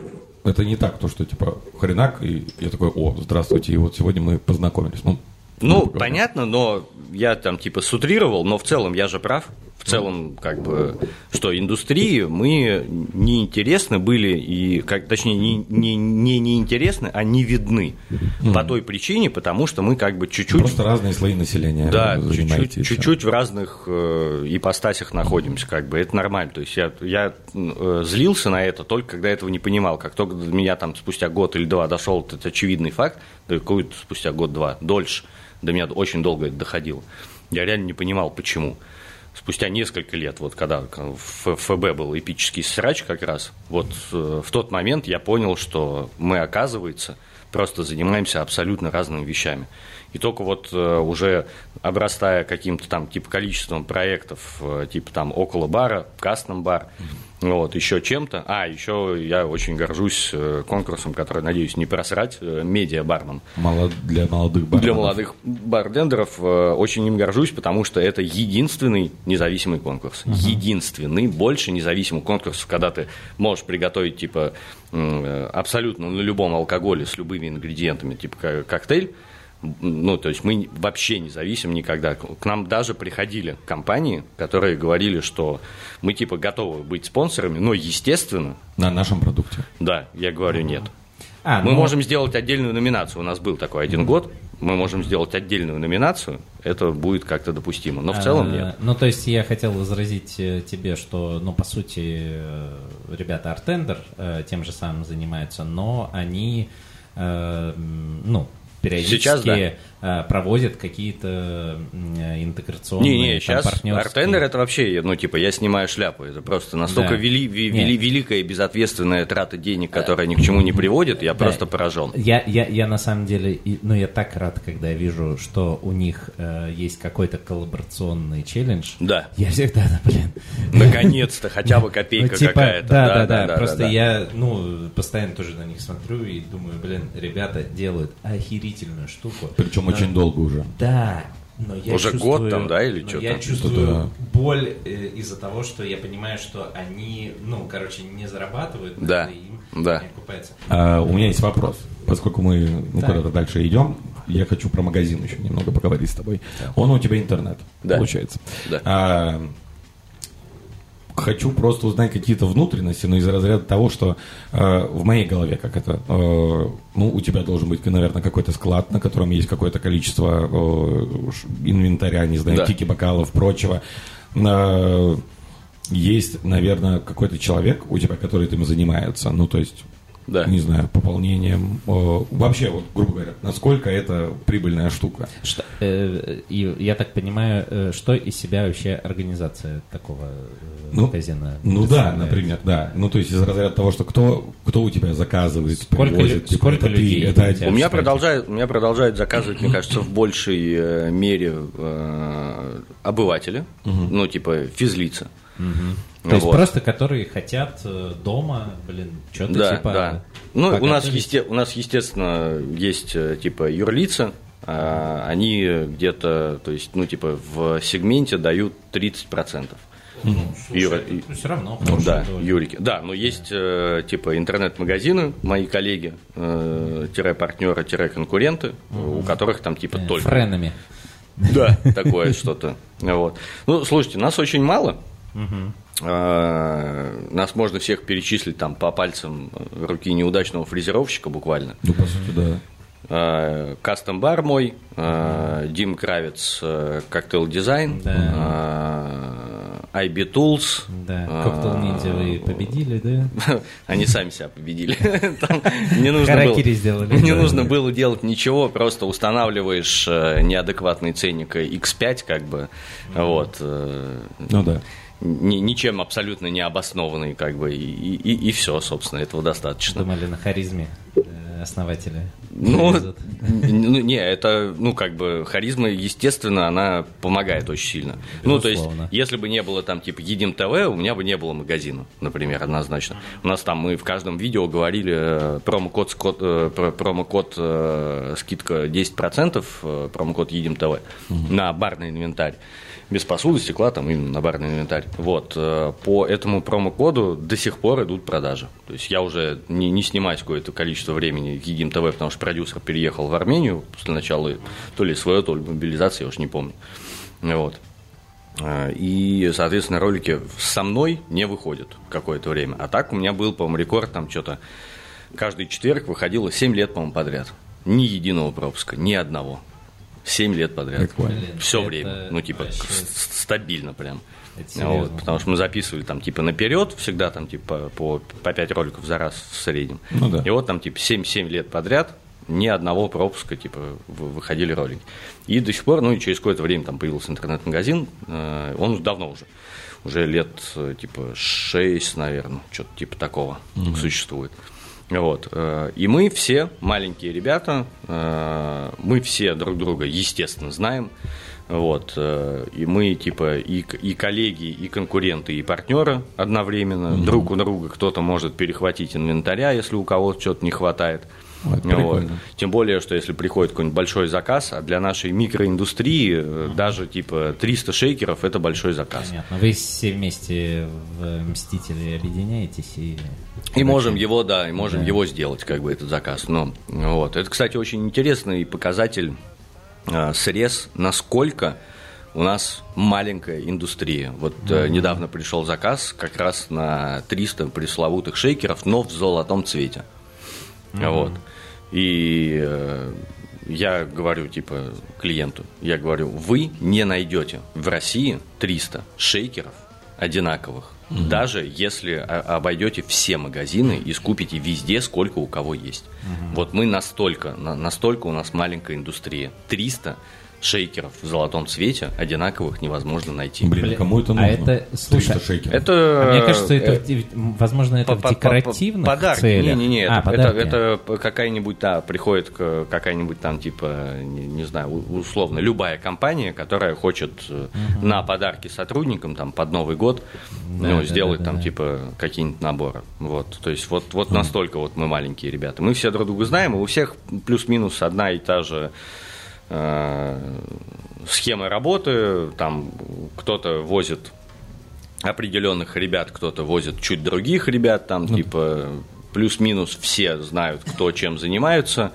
это не так, то, что, типа, хренак, и я такой, о, здравствуйте, и вот сегодня мы познакомились. Ну, понятно, но я там, типа, сутрировал, но в целом я же прав. В целом, как бы, что индустрии мы неинтересны были, и, точнее, не интересны, а не видны. По той причине, потому что мы как бы чуть-чуть... Просто разные слои населения. Да, чуть-чуть в разных ипостасях находимся, как бы, это нормально. То есть я злился на это только когда этого не понимал. Как только до меня там спустя год или два дошел этот очевидный факт, да какой-то спустя год-два, дольше, до меня очень долго это доходило, я реально не понимал, почему. Спустя несколько лет, вот когда в ФБ был эпический срач как раз, вот в тот момент я понял, что мы, оказывается, просто занимаемся абсолютно разными вещами. И только вот уже обрастая каким-то там типа количеством проектов, типа там около бара, кастом бар, вот, еще чем-то. Еще я очень горжусь конкурсом, который, надеюсь, не просрать, медиа-бармен. Для молодых бартендеров. Для молодых бартендеров очень им горжусь, потому что это единственный независимый конкурс. Единственный, больше независимых конкурсов, когда ты можешь приготовить, типа, абсолютно на любом алкоголе с любыми ингредиентами, типа коктейль. Ну, то есть мы вообще не зависим никогда. К нам даже приходили компании, которые говорили, что мы типа готовы быть спонсорами, но естественно... На нашем продукте. Да, я говорю нет. Мы можем сделать отдельную номинацию. У нас был такой один год. Мы можем сделать отдельную номинацию. Это будет как-то допустимо. Но в целом нет. Ну, то есть я хотел возразить тебе, что, ну, по сути, ребята Артендер тем же самым занимаются, но они, периодически сейчас, проводят какие-то интеграционные сейчас партнерские... Артендер это вообще, я снимаю шляпу. Это просто настолько великая и безответственная трата денег, которая ни к чему не приводит, я просто поражен. Я на самом деле, я так рад, когда я вижу, что у них есть какой-то коллаборационный челлендж. Да. Я всегда, Наконец-то, хотя бы копейка какая-то. Да. Просто я, постоянно тоже на них смотрю и думаю, ребята делают охерительную штуку. Причем очень долго уже. Да, но я уже чувствую, год там, да, или что-то? Я чувствую боль из-за того, что я понимаю, что они, не зарабатывают, да. И им не окупается. У меня есть вопрос. Поскольку мы куда-то дальше идем, я хочу про магазин еще немного поговорить с тобой. Да. Он у тебя интернет, получается. Да. Хочу просто узнать какие-то внутренности, но из разряда того, что в моей голове, как это, у тебя должен быть, наверное, какой-то склад, на котором есть какое-то количество инвентаря, не знаю, тики, бокалов, прочего. Есть, наверное, какой-то человек у тебя, который этим занимается, то есть... Да. Не знаю, пополнением. Вообще, грубо говоря, насколько это прибыльная штука? И я так понимаю, что из себя вообще организация такого магазина? Да, например, да. То есть из разряда того, что кто у тебя заказывает, привозит, сколько людей? У меня продолжают заказывать, мне кажется, в большей мере обыватели, физлица. То есть просто которые хотят дома, что-то Да. У нас, естественно, есть юрлица, они где-то, в сегменте дают 30%. Все равно. Да, юрики. Да, но есть интернет-магазины, мои коллеги, партнеры, конкуренты, у которых там только... Френами. Да, такое что-то. Слушайте, нас очень мало. Нас можно всех перечислить там по пальцам руки неудачного фрезеровщика буквально. По сути, да. Кастом-бар мой, Дим Кравец, Коктейл Дизайн, IB Tools. Да, Коктейл Ниндзя вы победили, да? Они сами себя победили. Харакири сделали. Не нужно было делать ничего, просто устанавливаешь неадекватный ценник X5, да. Ничем абсолютно не обоснованный, и все, собственно, этого достаточно. Думали на харизме основатели? Не, это, как бы, харизма, естественно, она помогает очень сильно. Безусловно. То есть, если бы не было там, типа, Едим ТВ, у меня бы не было магазина, например, однозначно. У нас там, мы в каждом видео говорили промокод скидка 10%, промокод Едим ТВ на барный инвентарь. Без посуды, стекла, там именно на барный инвентарь. Вот. По этому промокоду до сих пор идут продажи. То есть я уже не снимаюсь какое-то количество времени в Едим ТВ, потому что продюсер переехал в Армению после начала то ли СВО, то ли мобилизации, я уж не помню. Вот. И, соответственно, ролики со мной не выходят какое-то время. А так у меня был, по-моему, рекорд, там что-то каждый четверг выходило 7 лет, по-моему, подряд. Ни единого пропуска, ни одного. 7 лет подряд. Все время. Стабильно прям. Вот, потому что мы записывали там типа наперед, всегда там типа по 5 роликов за раз в среднем. И вот там типа 7 лет подряд ни одного пропуска типа выходили ролики. И до сих пор, и через какое-то время там появился интернет-магазин, он давно уже лет типа 6, наверное, что-то типа такого существует. Вот. И мы все маленькие ребята, мы все друг друга, естественно, знаем. Вот. И мы типа и коллеги, и конкуренты, и партнеры одновременно. Друг у друга кто-то может перехватить инвентаря, если у кого-то что-то не хватает. Вот. Тем более, что если приходит какой-нибудь большой заказ, а для нашей микроиндустрии даже типа 300 шейкеров – это большой заказ. Понятно. Вы все вместе в «Мстители» объединяетесь и можем его, его сделать, как бы, этот заказ. Вот. Это, кстати, очень интересный показатель, срез, насколько у нас маленькая индустрия. Вот недавно пришел заказ как раз на 300 пресловутых шейкеров, но в золотом цвете. Вот. И я говорю, типа, клиенту, вы не найдете в России 300 шейкеров одинаковых, даже если обойдете все магазины и скупите везде, сколько у кого есть. Вот мы настолько у нас маленькая индустрия. 300 шейкеров в золотом цвете одинаковых невозможно найти. Блин, кому это нужно? Слушай, мне кажется, возможно, это в декоративных целях. Это какая-нибудь, приходит какая-нибудь там, типа, не знаю, условно, любая компания, которая хочет на подарки сотрудникам там под Новый год сделать там, типа, какие-нибудь наборы. Вот, то есть вот настолько вот мы маленькие ребята. Мы все друг друга знаем, и у всех плюс-минус одна и та же схемы работы, там кто-то возит определенных ребят, кто-то возит чуть других ребят, там типа плюс-минус все знают, кто чем занимается,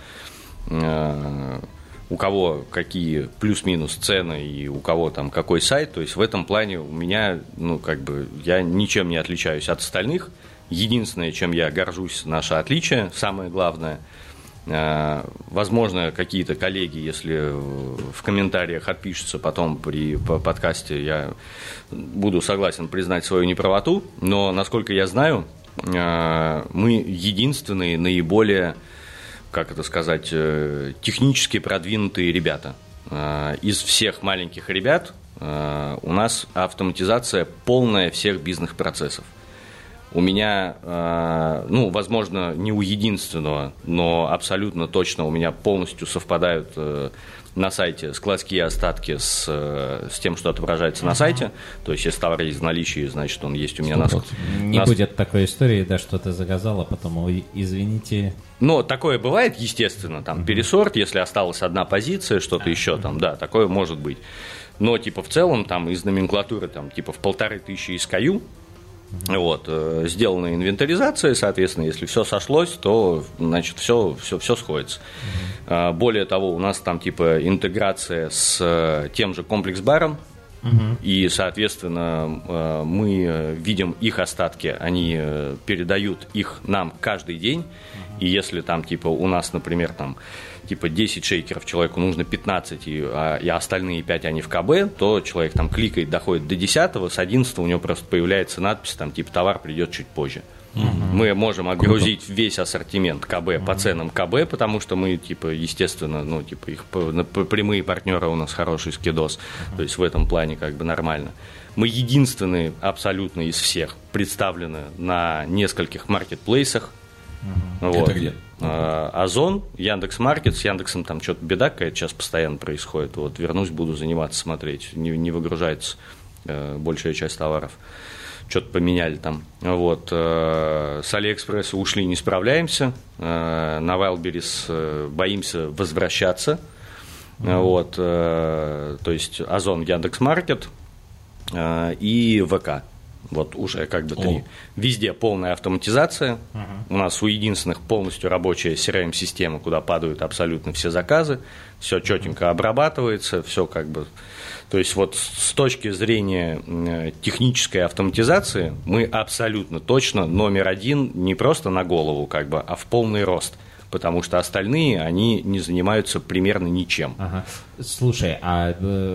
у кого какие плюс-минус цены и у кого там какой сайт, то есть в этом плане у меня, я ничем не отличаюсь от остальных. Единственное, чем я горжусь, наше отличие, самое главное. Возможно, какие-то коллеги, если в комментариях отпишутся потом при подкасте, я буду согласен признать свою неправоту, но, насколько я знаю, мы единственные наиболее, технически продвинутые ребята. Из всех маленьких ребят у нас автоматизация полная всех бизнес-процессов. У меня, возможно, не у единственного, но абсолютно точно у меня полностью совпадают на сайте складские остатки с тем, что отображается на сайте. То есть, если товар есть в наличии, значит, он есть у меня на складе. Не будет такой истории, что ты заказал, а потом, извините. Такое бывает, естественно, там пересорт, если осталась одна позиция, что-то еще там, да, такое может быть. Но, в целом, там из номенклатуры, в 1500 SKU, вот, сделана инвентаризация, соответственно, если все сошлось, то, значит, все сходится. Более того, у нас там, интеграция с тем же комплекс-баром, и, соответственно, мы видим их остатки, они передают их нам каждый день, и если там, у нас, например, 10 шейкеров, человеку нужно 15, и остальные 5 они в КБ, то человек там кликает, доходит до 10-го, с 11-го у него просто появляется надпись, товар придет чуть позже. Мы можем отгрузить весь ассортимент КБ по ценам КБ, потому что мы, естественно, их прямые партнеры у нас хороший скидос, то есть в этом плане нормально. Мы единственные абсолютно из всех представлены на нескольких маркетплейсах, Вот. Это где? Озон, Яндекс.Маркет, с Яндексом там что-то беда какая-то сейчас постоянно происходит. Вот вернусь, буду заниматься, смотреть. Не выгружается большая часть товаров. Что-то поменяли там. Вот. С Алиэкспресса ушли, не справляемся. На Wildberries боимся возвращаться. Вот. То есть Озон, Яндекс.Маркет и ВК. Вот уже как бы 3. Везде полная автоматизация. У нас у единственных полностью рабочая CRM-система, куда падают абсолютно все заказы. Все четенько обрабатывается, все как бы... То есть вот с точки зрения технической автоматизации мы абсолютно точно номер 1 не просто на голову, как бы, а в полный рост. Потому что остальные, они не занимаются примерно ничем. Ага. Слушай, а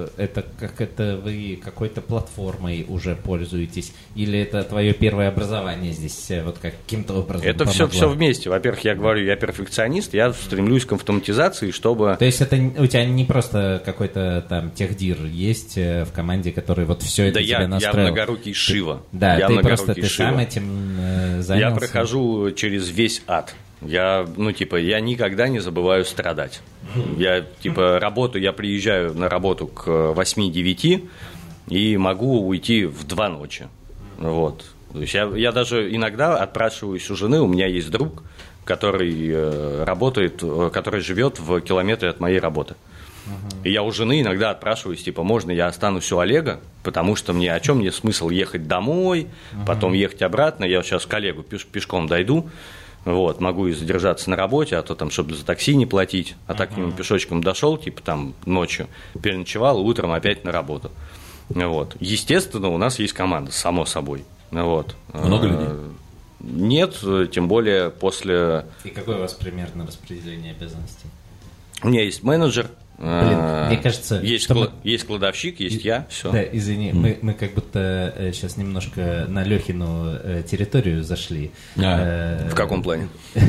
это вы какой-то платформой уже пользуетесь? Или это твое первое образование здесь вот каким-то образом это все вместе. Во-первых, я говорю, я перфекционист, я стремлюсь к автоматизации, чтобы... То есть это у тебя не просто какой-то там техдир есть в команде, который вот все это тебе настроил? Да, я многорукий Шива. Да, ты сам этим занялся? Я прохожу через весь ад. Я никогда не забываю страдать. Я приезжаю на работу к 8-9 и могу уйти в 2 ночи. Вот. То есть я даже иногда отпрашиваюсь у жены, у меня есть друг, который работает, который живет в километре от моей работы. И я у жены иногда отпрашиваюсь, можно я останусь у Олега, потому что о чем мне смысл ехать домой, потом ехать обратно, я сейчас к коллегу пешком дойду. Вот, могу и задержаться на работе, а то там, чтобы за такси не платить, а так пешочком дошел, там ночью, переночевал, утром опять на работу. Вот. Естественно, у нас есть команда, само собой. Вот. Много людей? Нет, тем более после... И какое у вас примерно распределение обязанностей? У меня есть менеджер. Мне кажется, есть кладовщик, есть я, все. Да, извини, мы как будто сейчас немножко на Лехину территорию зашли. В каком плане?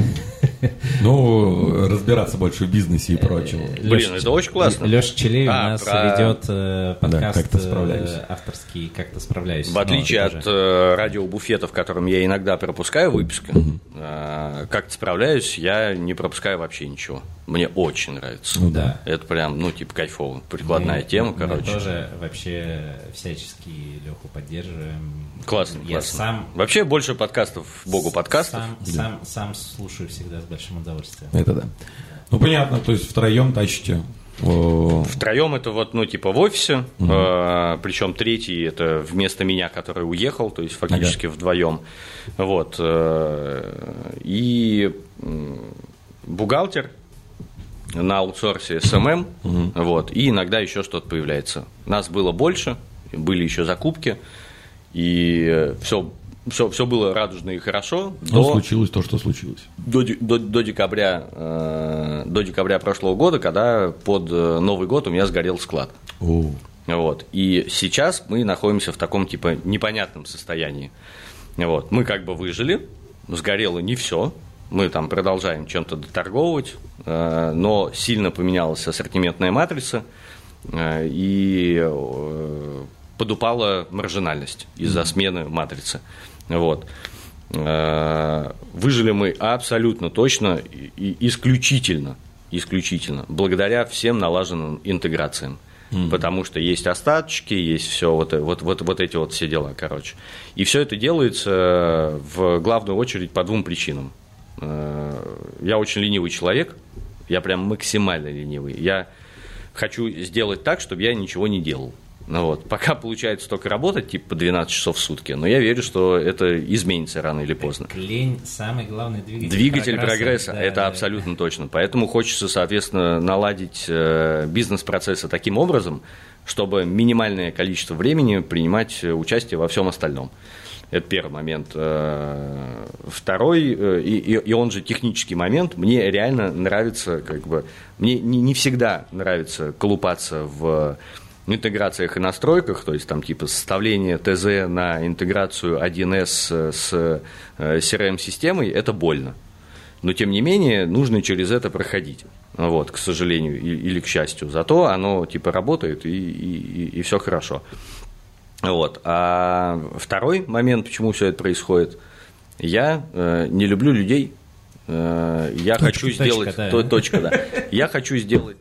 Ну, разбираться больше в бизнесе и прочем. Блин, это очень классно. Леша Челей у нас ведет подкаст авторский «Как-то справляюсь». В отличие от радиобуфета, в котором я иногда пропускаю выпуски, «Как-то справляюсь», я не пропускаю вообще ничего. Мне очень нравится. Да. Это прям, кайфово. Прикладная тема, короче. Мы тоже вообще всячески Леху поддерживаем. Классно, я классно. Вообще больше подкастов, богу подкастов. Сам слушаю всегда с большим удовольствием. Это да. Ну, понятно, то есть втроем тащите. Втроем это в офисе, причем третий это вместо меня, который уехал, то есть фактически вдвоем. Вот. И бухгалтер на аутсорсе СММ, вот, и иногда еще что-то появляется. Нас было больше, были еще закупки, и все было радужно и хорошо. Но случилось то, что случилось. До декабря прошлого года, когда под Новый год у меня сгорел склад. Вот. И сейчас мы находимся в таком непонятном состоянии. Вот. Мы как бы выжили, сгорело не все. Мы там продолжаем чем-то доторговывать, но сильно поменялась ассортиментная матрица, и подупала маржинальность из-за смены матрицы. Вот. Выжили мы абсолютно точно и исключительно благодаря всем налаженным интеграциям. Потому что есть остаточки, есть все вот эти вот все дела, короче. И все это делается в главную очередь по 2 причинам. Я очень ленивый человек, я прям максимально ленивый. Я хочу сделать так, чтобы я ничего не делал. Вот. Пока получается только работать, по 12 часов в сутки, но я верю, что это изменится рано или поздно. Лень – самый главный двигатель прогресса, да, это абсолютно точно. Поэтому хочется, соответственно, наладить бизнес-процессы таким образом, чтобы минимальное количество времени принимать участие во всем остальном. Это первый момент. Второй, и он же технический момент, мне реально нравится, мне не всегда нравится колупаться в интеграциях и настройках, то есть там составление ТЗ на интеграцию 1С с CRM-системой, это больно. Но, тем не менее, нужно через это проходить, вот, к сожалению или к счастью. Зато оно работает и все хорошо. Вот. А второй момент, почему все это происходит, я не люблю людей, Я хочу сделать... Точка, да. Я хочу сделать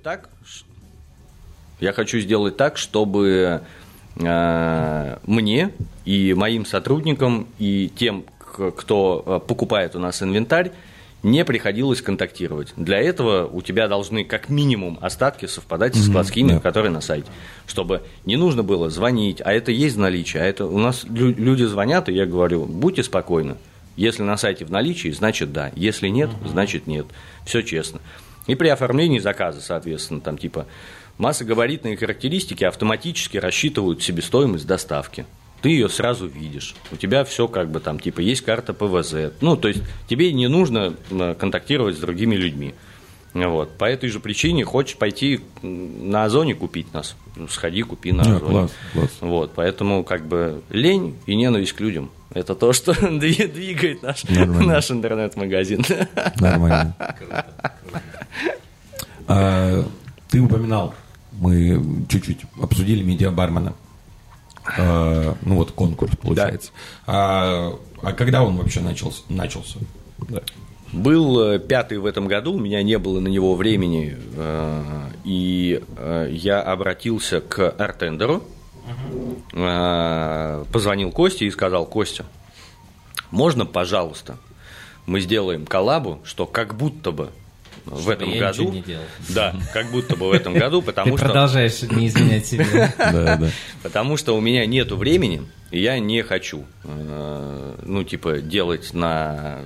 так, чтобы мне и моим сотрудникам, и тем, кто покупает у нас инвентарь, не приходилось контактировать. Для этого у тебя должны как минимум остатки совпадать со складскими, которые на сайте, чтобы не нужно было звонить, а это есть в наличии, а это у нас люди звонят, и я говорю, будьте спокойны, если на сайте в наличии, значит да, если нет, значит нет, все честно. И при оформлении заказа, соответственно, там типа массогабаритные характеристики автоматически рассчитывают себестоимость доставки. Ты ее сразу видишь. У тебя все как бы там, типа, есть карта ПВЗ. Ну, то есть, тебе не нужно контактировать с другими людьми. Вот. По этой же причине хочешь пойти на Озоне купить нас, сходи, купи на Озоне. Класс. Вот. Поэтому, как бы, лень и ненависть к людям. Это то, что двигает наш интернет-магазин. Нормально. Ты упоминал, мы чуть-чуть обсудили медиабармена. Ну вот конкурс получается. Да. А когда он вообще начался? Да. Был 5-й в этом году, у меня не было на него времени, и я обратился к арт-тендеру, позвонил Косте и сказал: Костя, можно, пожалуйста, мы сделаем коллабу, что как будто бы в этом году, да, как будто бы в этом году, потому что... Ты продолжаешь не изменять себе. Потому что у меня нету времени, и я не хочу, ну, типа, делать на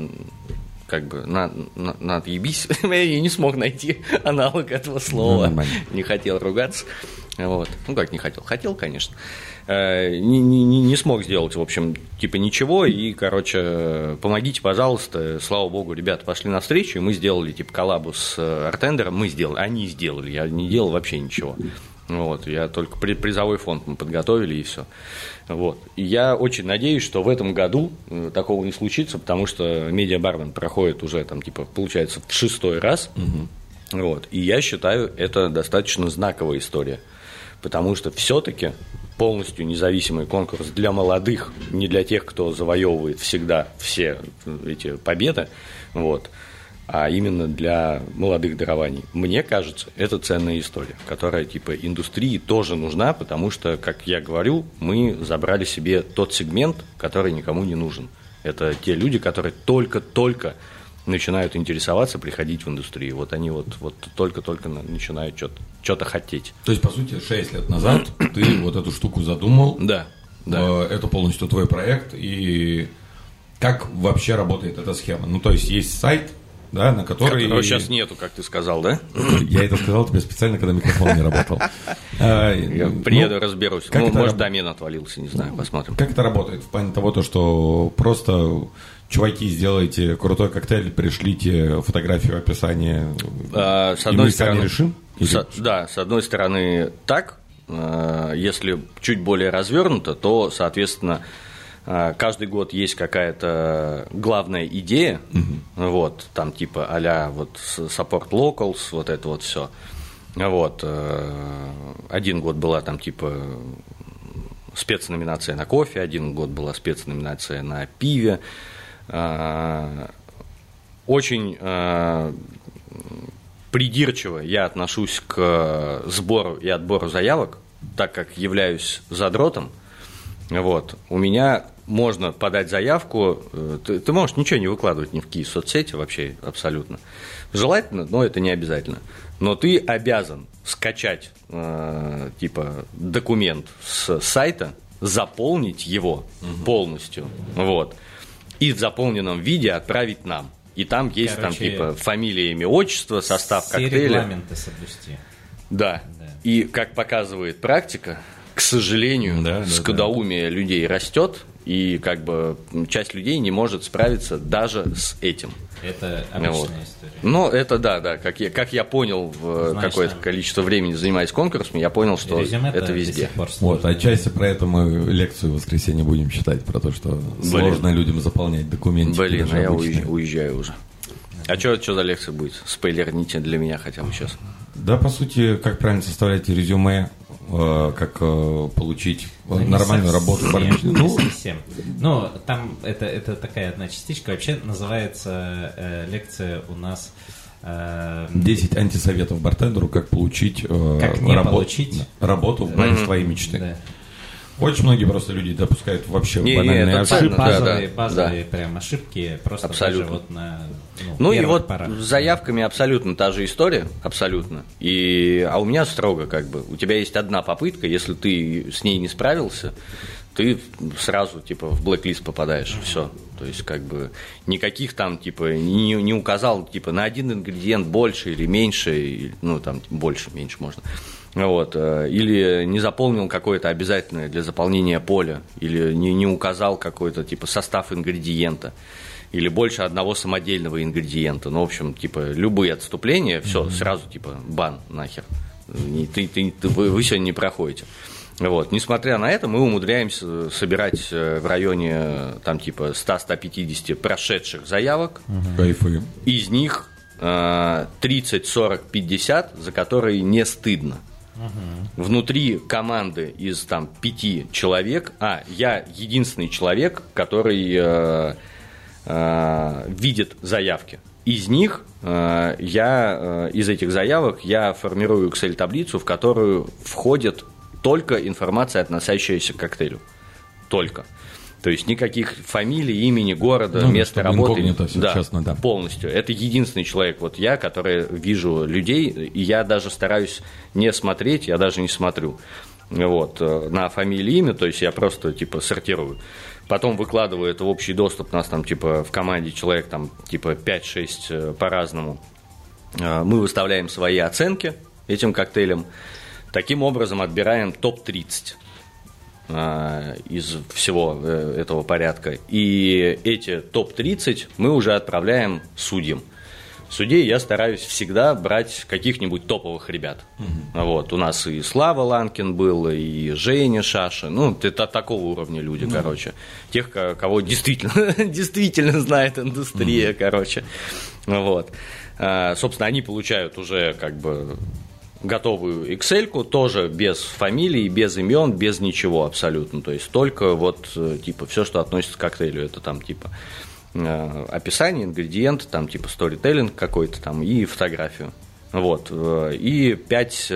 отъебись. Я не смог найти аналог этого слова. Не хотел ругаться. Вот. Ну, как не хотел? Хотел, конечно. Не смог сделать, в общем, типа ничего. И, короче, помогите, пожалуйста. Слава богу, ребята пошли навстречу, и мы сделали, типа, коллабу с арт-тендером. Они сделали. Я не делал вообще ничего. Вот, я только призовой фонд мы подготовили, и все. Вот. И я очень надеюсь, что в этом году такого не случится, потому что медиабармен проходит уже, там, типа, получается, в 6-й раз. Вот. И я считаю, это достаточно знаковая история. Потому что все-таки полностью независимый конкурс для молодых, не для тех, кто завоевывает всегда все эти победы, вот, а именно для молодых дарований. Мне кажется, это ценная история, которая типа индустрии тоже нужна, потому что, как я говорю, мы забрали себе тот сегмент, который никому не нужен. Это те люди, которые только-только начинают интересоваться, приходить в индустрию. Вот они вот только-только начинают что-то хотеть. То есть, по сути, 6 лет назад ты вот эту штуку задумал. Да. Это полностью твой проект. И как вообще работает эта схема? Ну, то есть сайт, да, на который... Которого сейчас нету, как ты сказал, да? Я это сказал тебе специально, когда микрофон не работал. Я приеду, разберусь. Может, домен отвалился, не знаю, посмотрим. Как это работает? В плане того, что просто... Чуваки, сделайте крутой коктейль, пришлите фотографию, описание. С одной стороны, решим? С одной стороны так. Если чуть более развернуто, то, соответственно, каждый год есть какая-то главная идея, вот, там типа а-ля вот Support Locals, вот это вот все. Вот. Один год была там типа спецноминация на кофе, один год была спецноминация на пиве. Очень придирчиво я отношусь к сбору и отбору заявок, так как являюсь задротом. Вот. У меня можно подать заявку, ты можешь ничего не выкладывать ни в какие соцсети вообще абсолютно. Желательно, но это не обязательно. Но ты обязан скачать типа документ с сайта, заполнить его полностью, вот, и в заполненном виде отправить нам. И там есть, там типа фамилия, имя, отчество, состав коктейля. Все регламенты соблюсти. Да. И как показывает практика, к сожалению, скудоумие людей растет, и как бы часть людей не может справиться даже с этим. Это обычная история. Ну, это да. Как я понял, какое-то количество времени занимаясь конкурсами, я понял, что это везде. Вот, отчасти про это мы лекцию в воскресенье будем читать, про то, что сложно людям заполнять документы. Блин, а я уезжаю уже. А что за лекция будет? Спойлерните для меня хотя бы сейчас. Да, по сути, как правильно составлять резюме, как получить нормальную работу больничную. Не совсем. Ну, там это такая одна частичка. Вообще называется лекция у нас... 10 антисоветов бартендеру, как получить, работу в баре своей мечты. Да. Очень многие просто люди допускают вообще банальные ошибки. Базовые прям ошибки, просто абсолютно. Даже вот на и вот с заявками абсолютно та же история, абсолютно. А у меня строго как бы, у тебя есть одна попытка, если ты с ней не справился, ты сразу типа в блэк-лист попадаешь, все. То есть как бы никаких там типа не указал типа на один ингредиент больше или меньше, ну там больше, меньше можно. Вот, или не заполнил какое-то обязательное для заполнения поле, или не указал какой-то типа состав ингредиента, или больше одного самодельного ингредиента. Ну, в общем, типа любые отступления, все, сразу типа бан нахер. Вы сегодня не проходите. Вот. Несмотря на это, мы умудряемся собирать в районе там типа 100-150 прошедших заявок. Кайфы. Из них 30, 40, 50, за которые не стыдно. Внутри команды из там 5 человек, я единственный человек, который видит заявки. Из них из этих заявок я формирую Excel-таблицу, в которую входит только информация, относящаяся к коктейлю. Только. То есть никаких фамилий, имени, города, места работы. Честно, да. Полностью. Это единственный человек, вот я, который вижу людей, и я даже стараюсь не смотреть, я даже не смотрю вот, на фамилии, имя, то есть я просто типа сортирую. Потом выкладываю это в общий доступ, у нас там типа в команде человек там типа 5-6 по-разному. Мы выставляем свои оценки этим коктейлям. Таким образом отбираем топ-30 из всего этого порядка. И эти топ-30 мы уже отправляем судьям. Судей я стараюсь всегда брать каких-нибудь топовых ребят. Вот. У нас и Слава Ланкин был, и Женя Шаша. Ну, это такого уровня люди, короче. Тех, кого действительно знает индустрия, короче. Вот. Собственно, они получают уже как бы готовую Excel-ку, тоже без фамилий, без имен, без ничего абсолютно. То есть только вот типа все, что относится к коктейлю. Это там типа описание, ингредиент, там типа сторителлинг какой-то там и фотографию. Вот. И 5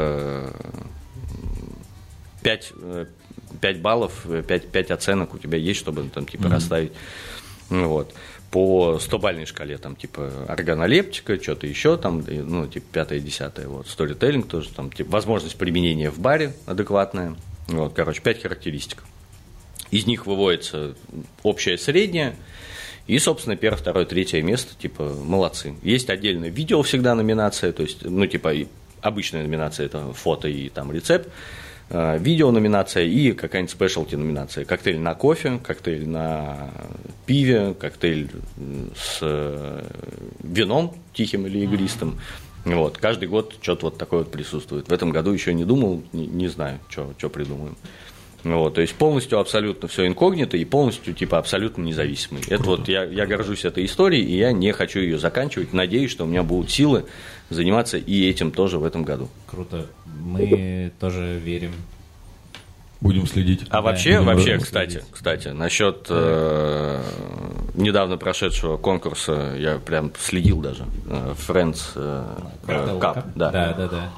баллов, 5 оценок у тебя есть, чтобы там типа расставить. Вот. По 100-бальной шкале, там, типа, органолептика, что-то еще, там, ну, типа, 5-10, вот, сторителлинг тоже, там, типа, возможность применения в баре адекватная, вот, короче, 5 характеристик. Из них выводится общее среднее, и, собственно, 1, 2, 3 место, типа, молодцы. Есть отдельное видео всегда номинация, то есть, ну, типа, обычная номинация – это фото и там рецепт, видео номинация и какая-нибудь спешлти номинация. Коктейль на кофе, коктейль на пиве, коктейль с вином тихим или игристым. Вот. Каждый год что-то вот такое вот присутствует. В этом году еще не думал, не знаю, что придумаем. Вот, то есть полностью абсолютно все инкогнито и полностью типа абсолютно независимый. Это вот я горжусь этой историей, и я не хочу ее заканчивать. Надеюсь, что у меня будут силы заниматься и этим тоже в этом году. Круто. Мы тоже верим. Будем следить. А вообще, кстати, насчет недавно прошедшего конкурса, я прям следил даже. Friends Cup. Да.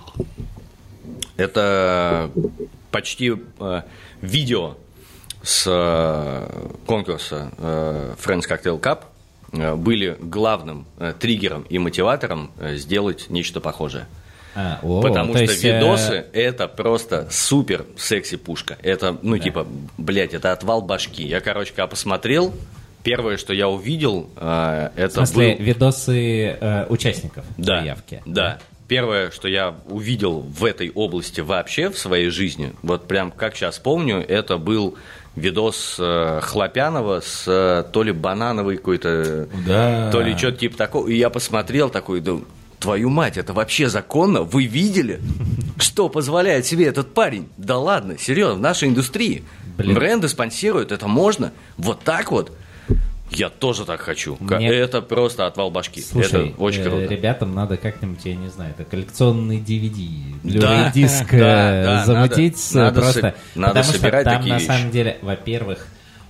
Это почти видео с конкурса Friends Cocktail Cup были главным триггером и мотиватором сделать нечто похожее. Потому что видосы это просто супер секси-пушка. Это, ну, типа, блядь, это отвал башки. Я, короче, когда посмотрел, первое, что я увидел, это... В смысле, видосы участников заявки? Да. Первое, что я увидел в этой области вообще в своей жизни, вот прям как сейчас помню, это был видос Хлопянова с то ли банановой какой-то, то ли что-то типа такого. И я посмотрел такой, да, твою мать, это вообще законно? Вы видели, что позволяет себе этот парень? Да ладно, серьезно, в нашей индустрии бренды спонсируют, это можно? Вот так вот? я тоже так хочу. Это просто отвал башки. Слушай, это очень круто. Ребятам надо как-нибудь, я не знаю, это коллекционный DVD, Blu-ray диск замутить просто. Надо собирать там такие на вещи. самом деле, во-первых,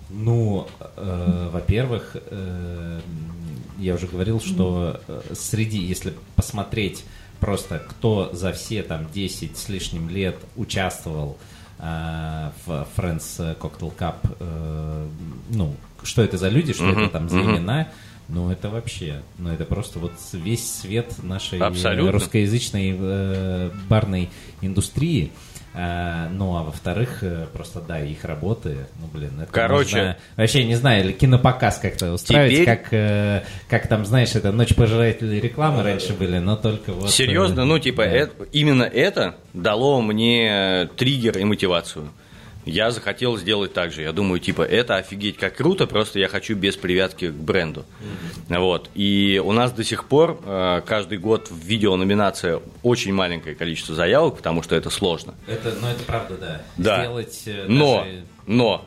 я уже говорил, что если посмотреть просто, кто за все там 10 с лишним лет участвовал в Friends Cocktail Cup, что это за люди, что это там за имена, это вообще, это просто вот весь свет нашей русскоязычной барной индустрии. А во-вторых, просто, их работы, это можно, вообще, не знаю, или кинопоказ как-то устраивать, как там, знаешь, это «Ночь пожирателей рекламы» раньше были, но только вот... Серьезно? Именно это дало мне триггер и мотивацию. Я захотел сделать так же. Я думаю, это офигеть как круто, просто я хочу без привязки к бренду. Вот. И у нас до сих пор каждый год в видео-номинация очень маленькое количество заявок, потому что это сложно. Это правда, да. Да. Сделать Но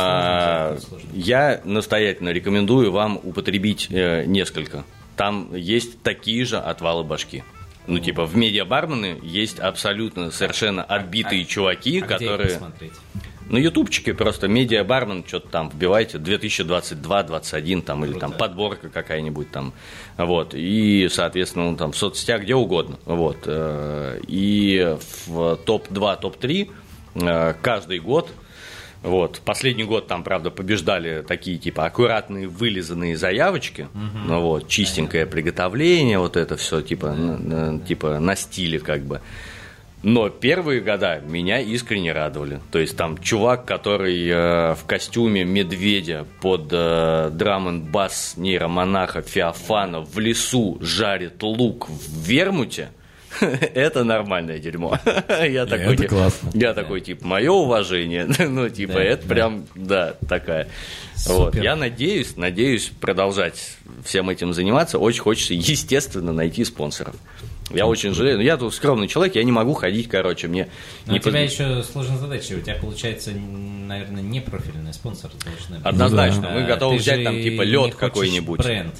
я настоятельно рекомендую вам употребить несколько. Там есть такие же отвалы башки. В медиабармены есть абсолютно совершенно отбитые чуваки, которые... Где их посмотреть? На ютубчике просто медиабармен, что-то там вбивайте, 2022-2021, там, или там подборка какая-нибудь там, вот, и, соответственно, там в соцсетях, где угодно, вот, и в топ-2, топ-3 каждый год, вот, последний год там, правда, побеждали такие, аккуратные, вылизанные заявочки, вот, чистенькое приготовление, вот это все, на стиле, как бы. Но первые года меня искренне радовали. То есть там чувак, который в костюме медведя под драм-н-бас нейромонаха Феофана в лесу жарит лук в вермуте, это нормальное дерьмо. Это классно. Я такой, мое уважение. Это прям, такая. Вот. Я надеюсь продолжать всем этим заниматься. Очень хочется, естественно, найти спонсоров. Я очень жалею. Я тут скромный человек, я не могу ходить, мне... Но у тебя еще сложная задача. У тебя, получается, наверное, не профильный спонсор должен быть. Однозначно. Мы готовы взять там, лед какой-нибудь. Бренд,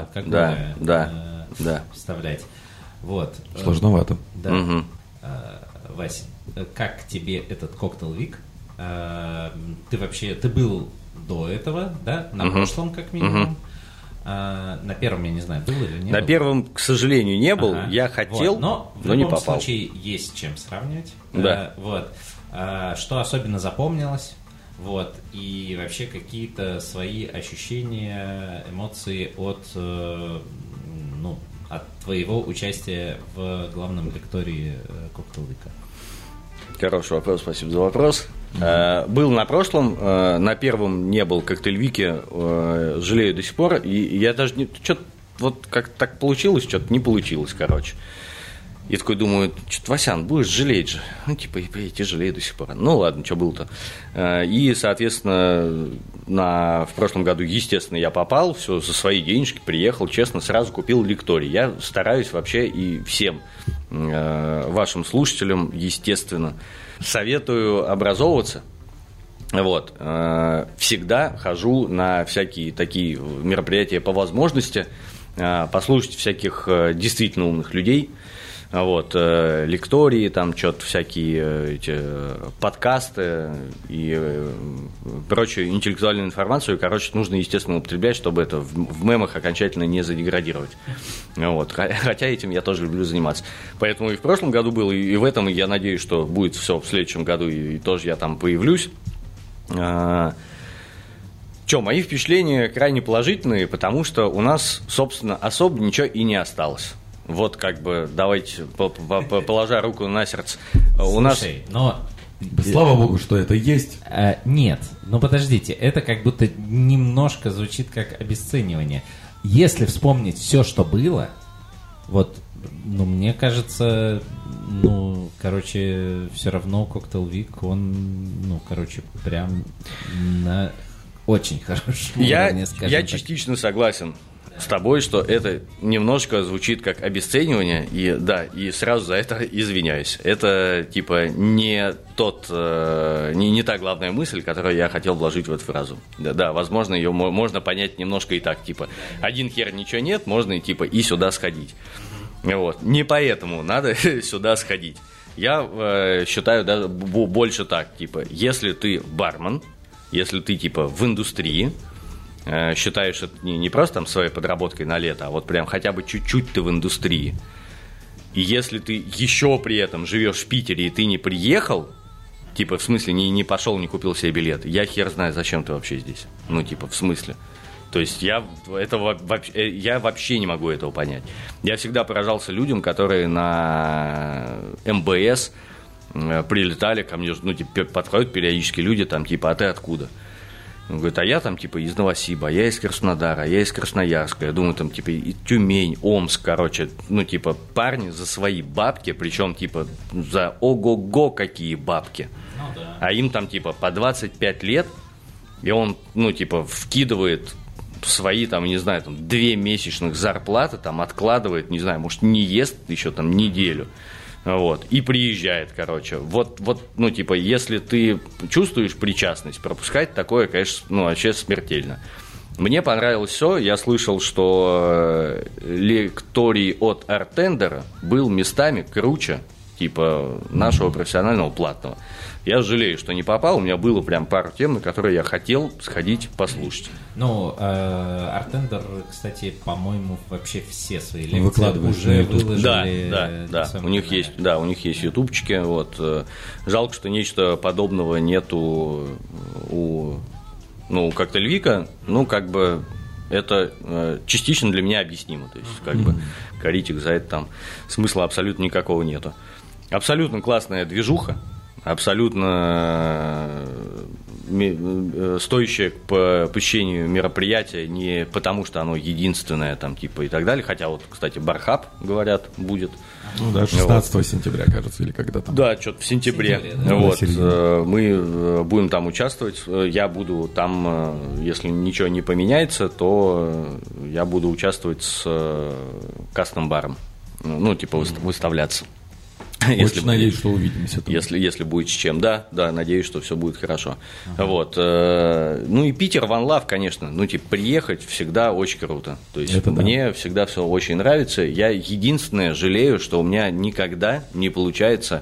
да. Вставлять. Вот. Сложновато. Да. Вася, как тебе этот Cocktail Week? Ты был до этого, да? На прошлом, как минимум. На первом, я не знаю, был или не был? На первом, к сожалению, не был. Я хотел, но не попал. В любом случае есть чем сравнивать. Да. Что особенно запомнилось? Вот. И вообще какие-то свои ощущения, эмоции от твоего участия в главном лектории Cocktail Week? Хороший вопрос, спасибо за вопрос. Был на прошлом, на первом не был коктейль-вике, жалею до сих пор, и я даже что-то вот как так получилось, что-то не получилось, короче. Я такой думаю, что-то, Васян, будешь жалеть же. Я жалею до сих пор. Ну ладно, что было-то. И, соответственно, в прошлом году, естественно, я попал, все за свои денежки, приехал, честно, сразу купил лекторий. Я стараюсь вообще и всем вашим слушателям, естественно, советую образовываться. Вот. Всегда хожу на всякие такие мероприятия по возможности, послушать всяких действительно умных людей. Вот, лектории, там что-то всякие эти подкасты и прочую интеллектуальную информацию, короче, нужно, естественно, употреблять, чтобы это в мемах окончательно не задеградировать. Вот, хотя этим я тоже люблю заниматься. Поэтому и в прошлом году был, и в этом, я надеюсь, что будет все в следующем году, и тоже я там появлюсь. Мои впечатления крайне положительные, потому что у нас, собственно, особо ничего и не осталось. Вот как бы, давайте, положа руку на сердце. Слушай, но... Слава богу, что это есть. Нет, но подождите, это как будто немножко звучит как обесценивание. Если вспомнить все, что было, вот, мне кажется, все равно Cocktail Week, он, прям на очень хорошем уровне, скажем Я так. частично согласен. с тобой, что это немножко звучит как обесценивание, и да, и сразу за это извиняюсь. Это, типа, не та главная мысль, которую я хотел вложить в эту фразу. Да, возможно, ее можно понять немножко и так, типа, один хер ничего нет, можно и, типа, и сюда сходить. Вот. Не поэтому надо сюда сходить. Я считаю даже больше так, типа, если ты бармен, если ты, типа, в индустрии, считаешь это не просто там своей подработкой на лето, а вот прям хотя бы чуть-чуть ты в индустрии. И если ты еще при этом живешь в Питере, и ты не приехал, типа, в смысле, не пошел, не купил себе билет, я хер знаю, зачем ты вообще здесь. Ну, типа, в смысле. То есть я вообще не могу этого понять. Я всегда поражался людям, которые на МБС прилетали ко мне, ну, типа, подходят периодически люди, там, типа, а ты откуда? Он говорит, а я там, типа, из Новосиба, я из Краснодара, я из Красноярска. Я думаю, там, типа, и Тюмень, Омск, короче, ну, типа, парни за свои бабки, причем, типа, за ого-го какие бабки. Ну, да. А им там, типа, по 25 лет, и он, ну, типа, вкидывает свои, там, не знаю, там, 2 месячных зарплаты, там, откладывает, не знаю, может, не ест еще, там, неделю. Вот, и приезжает, короче. Вот, ну, типа, если ты чувствуешь причастность, пропускать такое, конечно, ну, вообще смертельно. Мне понравилось все. Я слышал, что лекторий от Артендера был местами круче, типа, нашего профессионального платного. Я жалею, что не попал. У меня было прям пару тем, на которые я хотел сходить послушать. Ну, Артендер, кстати, по-моему, вообще все свои лекции уже выложили. Да. У них есть ютубчики. Вот. Жалко, что нечто подобного нету у Коктейльвика. Ну, как бы, это частично для меня объяснимо. То есть, как бы, корить их за это там смысла абсолютно никакого нету. Абсолютно классная движуха. Абсолютно стоящее к посещению мероприятие не потому, что оно единственное там, типа, и так далее. Хотя вот, кстати, Бархаб, говорят, будет. Ну да, 16 сентября, кажется, или когда там. Да, что-то в сентябре. Да. Вот, мы будем там участвовать. Я буду там, если ничего не поменяется, то я буду участвовать с кастом-баром. Ну, типа, выставляться. Очень надеюсь, что увидимся. Если будет с чем. Да, надеюсь, что все будет хорошо. Вот. Ну и Питер, One Love, конечно. Ну, типа, приехать всегда очень круто. То есть мне всегда все очень нравится. Я единственное жалею, что у меня никогда не получается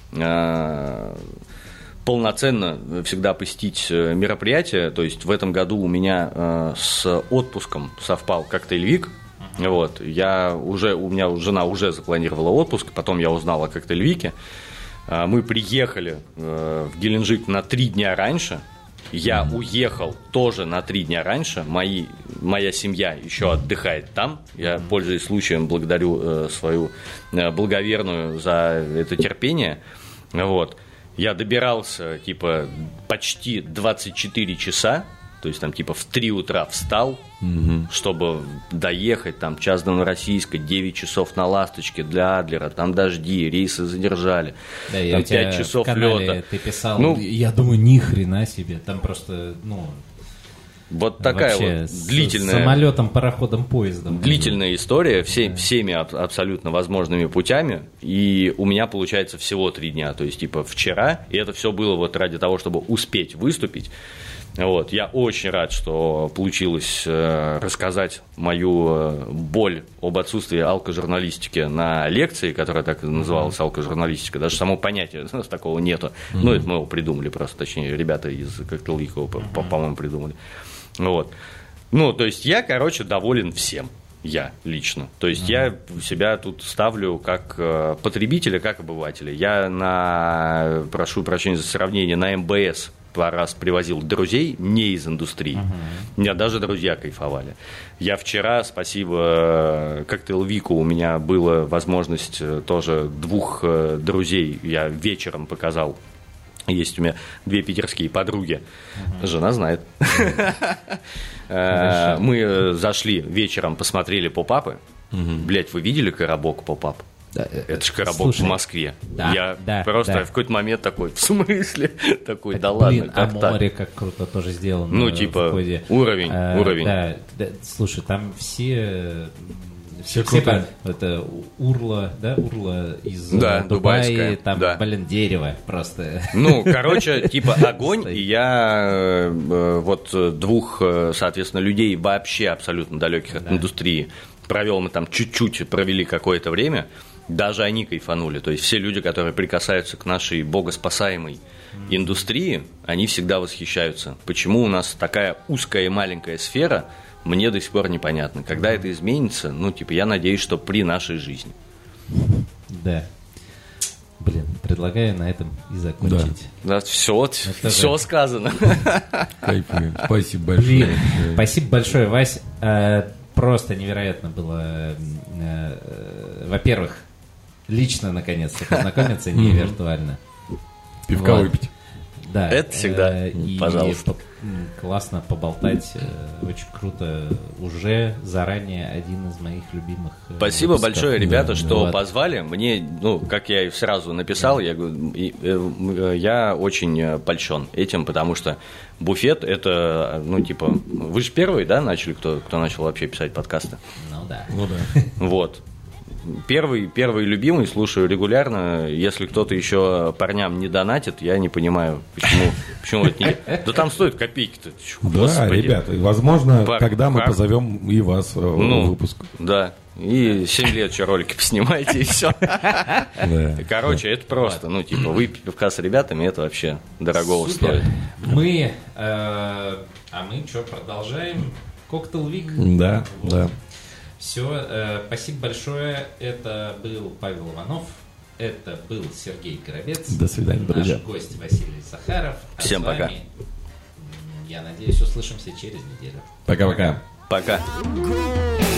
полноценно всегда посетить мероприятие. То есть в этом году у меня с отпуском совпал Коктейльвик. Вот, у меня жена уже запланировала отпуск, потом я узнал о Коктейльвике. Мы приехали в Геленджик на 3 дня раньше. Я уехал тоже на 3 дня раньше. Моя семья еще отдыхает там. Я, пользуясь случаем, благодарю свою благоверную за это терпение. Вот. Я добирался, типа, почти 24 часа. То есть, там, типа, в 3 утра встал, чтобы доехать, там, час до Новороссийска, 9 часов на «Ласточке» для Адлера, там дожди, рейсы задержали, да, там 5 часов лета. Ты писал, я думаю, ни хрена себе, там просто, вот такая вот длительная... Самолетом, пароходом, поездом. Длительная история, всеми абсолютно возможными путями, и у меня получается всего 3 дня, то есть, типа, вчера, и это все было вот ради того, чтобы успеть выступить. Вот, я очень рад, что получилось рассказать мою боль об отсутствии алкожурналистики на лекции, которая так и называлась алкожурналистика. Даже само понятия такого нету. Ну, это мы его придумали просто, точнее, ребята из Коктейльвика, по-моему, придумали. Вот. Ну, то есть я, короче, доволен всем. Я лично. То есть я себя тут ставлю как потребителя, как обывателя. Я прошу прощения за сравнение, на МБС пару раз привозил друзей не из индустрии. У меня даже друзья кайфовали. Я вчера, спасибо Коктейльвику, у меня была возможность тоже 2 друзей я вечером показал. Есть у меня 2 питерские подруги. Жена знает. Мы зашли вечером, посмотрели поп-апы. Блять, вы видели коробок поп-ап? Это же коробок в Москве. Я просто в какой-то момент такой, в смысле? Такой, да ладно, как так? Море как круто тоже сделано. Ну, типа, уровень. Да, слушай, там все это Урла из Дубая, там, дерево просто. Ну, короче, типа огонь, и я вот двух, соответственно, людей вообще абсолютно далеких от индустрии провел, мы там чуть-чуть провели какое-то время, даже они кайфанули. То есть все люди, которые прикасаются к нашей богоспасаемой индустрии, они всегда восхищаются. Почему у нас такая узкая и маленькая сфера, мне до сих пор непонятно. Когда это изменится, ну, типа, я надеюсь, что при нашей жизни. Да. Блин, предлагаю на этом и закончить. Да, все сказано. Кайфую. Спасибо большое. Спасибо большое, Вась. Просто невероятно было, во-первых, лично наконец-то познакомиться, не виртуально. Пивка выпить. Да. Это всегда, пожалуйста. Классно поболтать, очень круто. Уже заранее один из моих любимых Спасибо выпусков. Большое, ребята, что позвали. Мне, ну, как я и сразу написал, я говорю, я очень польщен этим, потому что буфет – это, ну, типа, вы же первые, да, начали, кто начал вообще писать подкасты? Ну да. Вот. Первый любимый, слушаю регулярно. Если кто-то еще парням не донатит, я не понимаю, почему это не... Да там стоит копейки-то. Да, ребята, возможно, когда мы позовем и вас в выпуск. Да, и 7 лет еще ролики поснимаете, и все. Короче, это просто, ну, типа, выпить пивка с ребятами, это вообще дорогого стоит. Мы что, продолжаем? Cocktail Week? Да. Все, спасибо большое. Это был Павел Иванов, это был Сергей Горобец. До свидания, друзья. Наш гость Василий Захаров. Всем пока. Я надеюсь, услышимся через неделю. Пока-пока. Пока.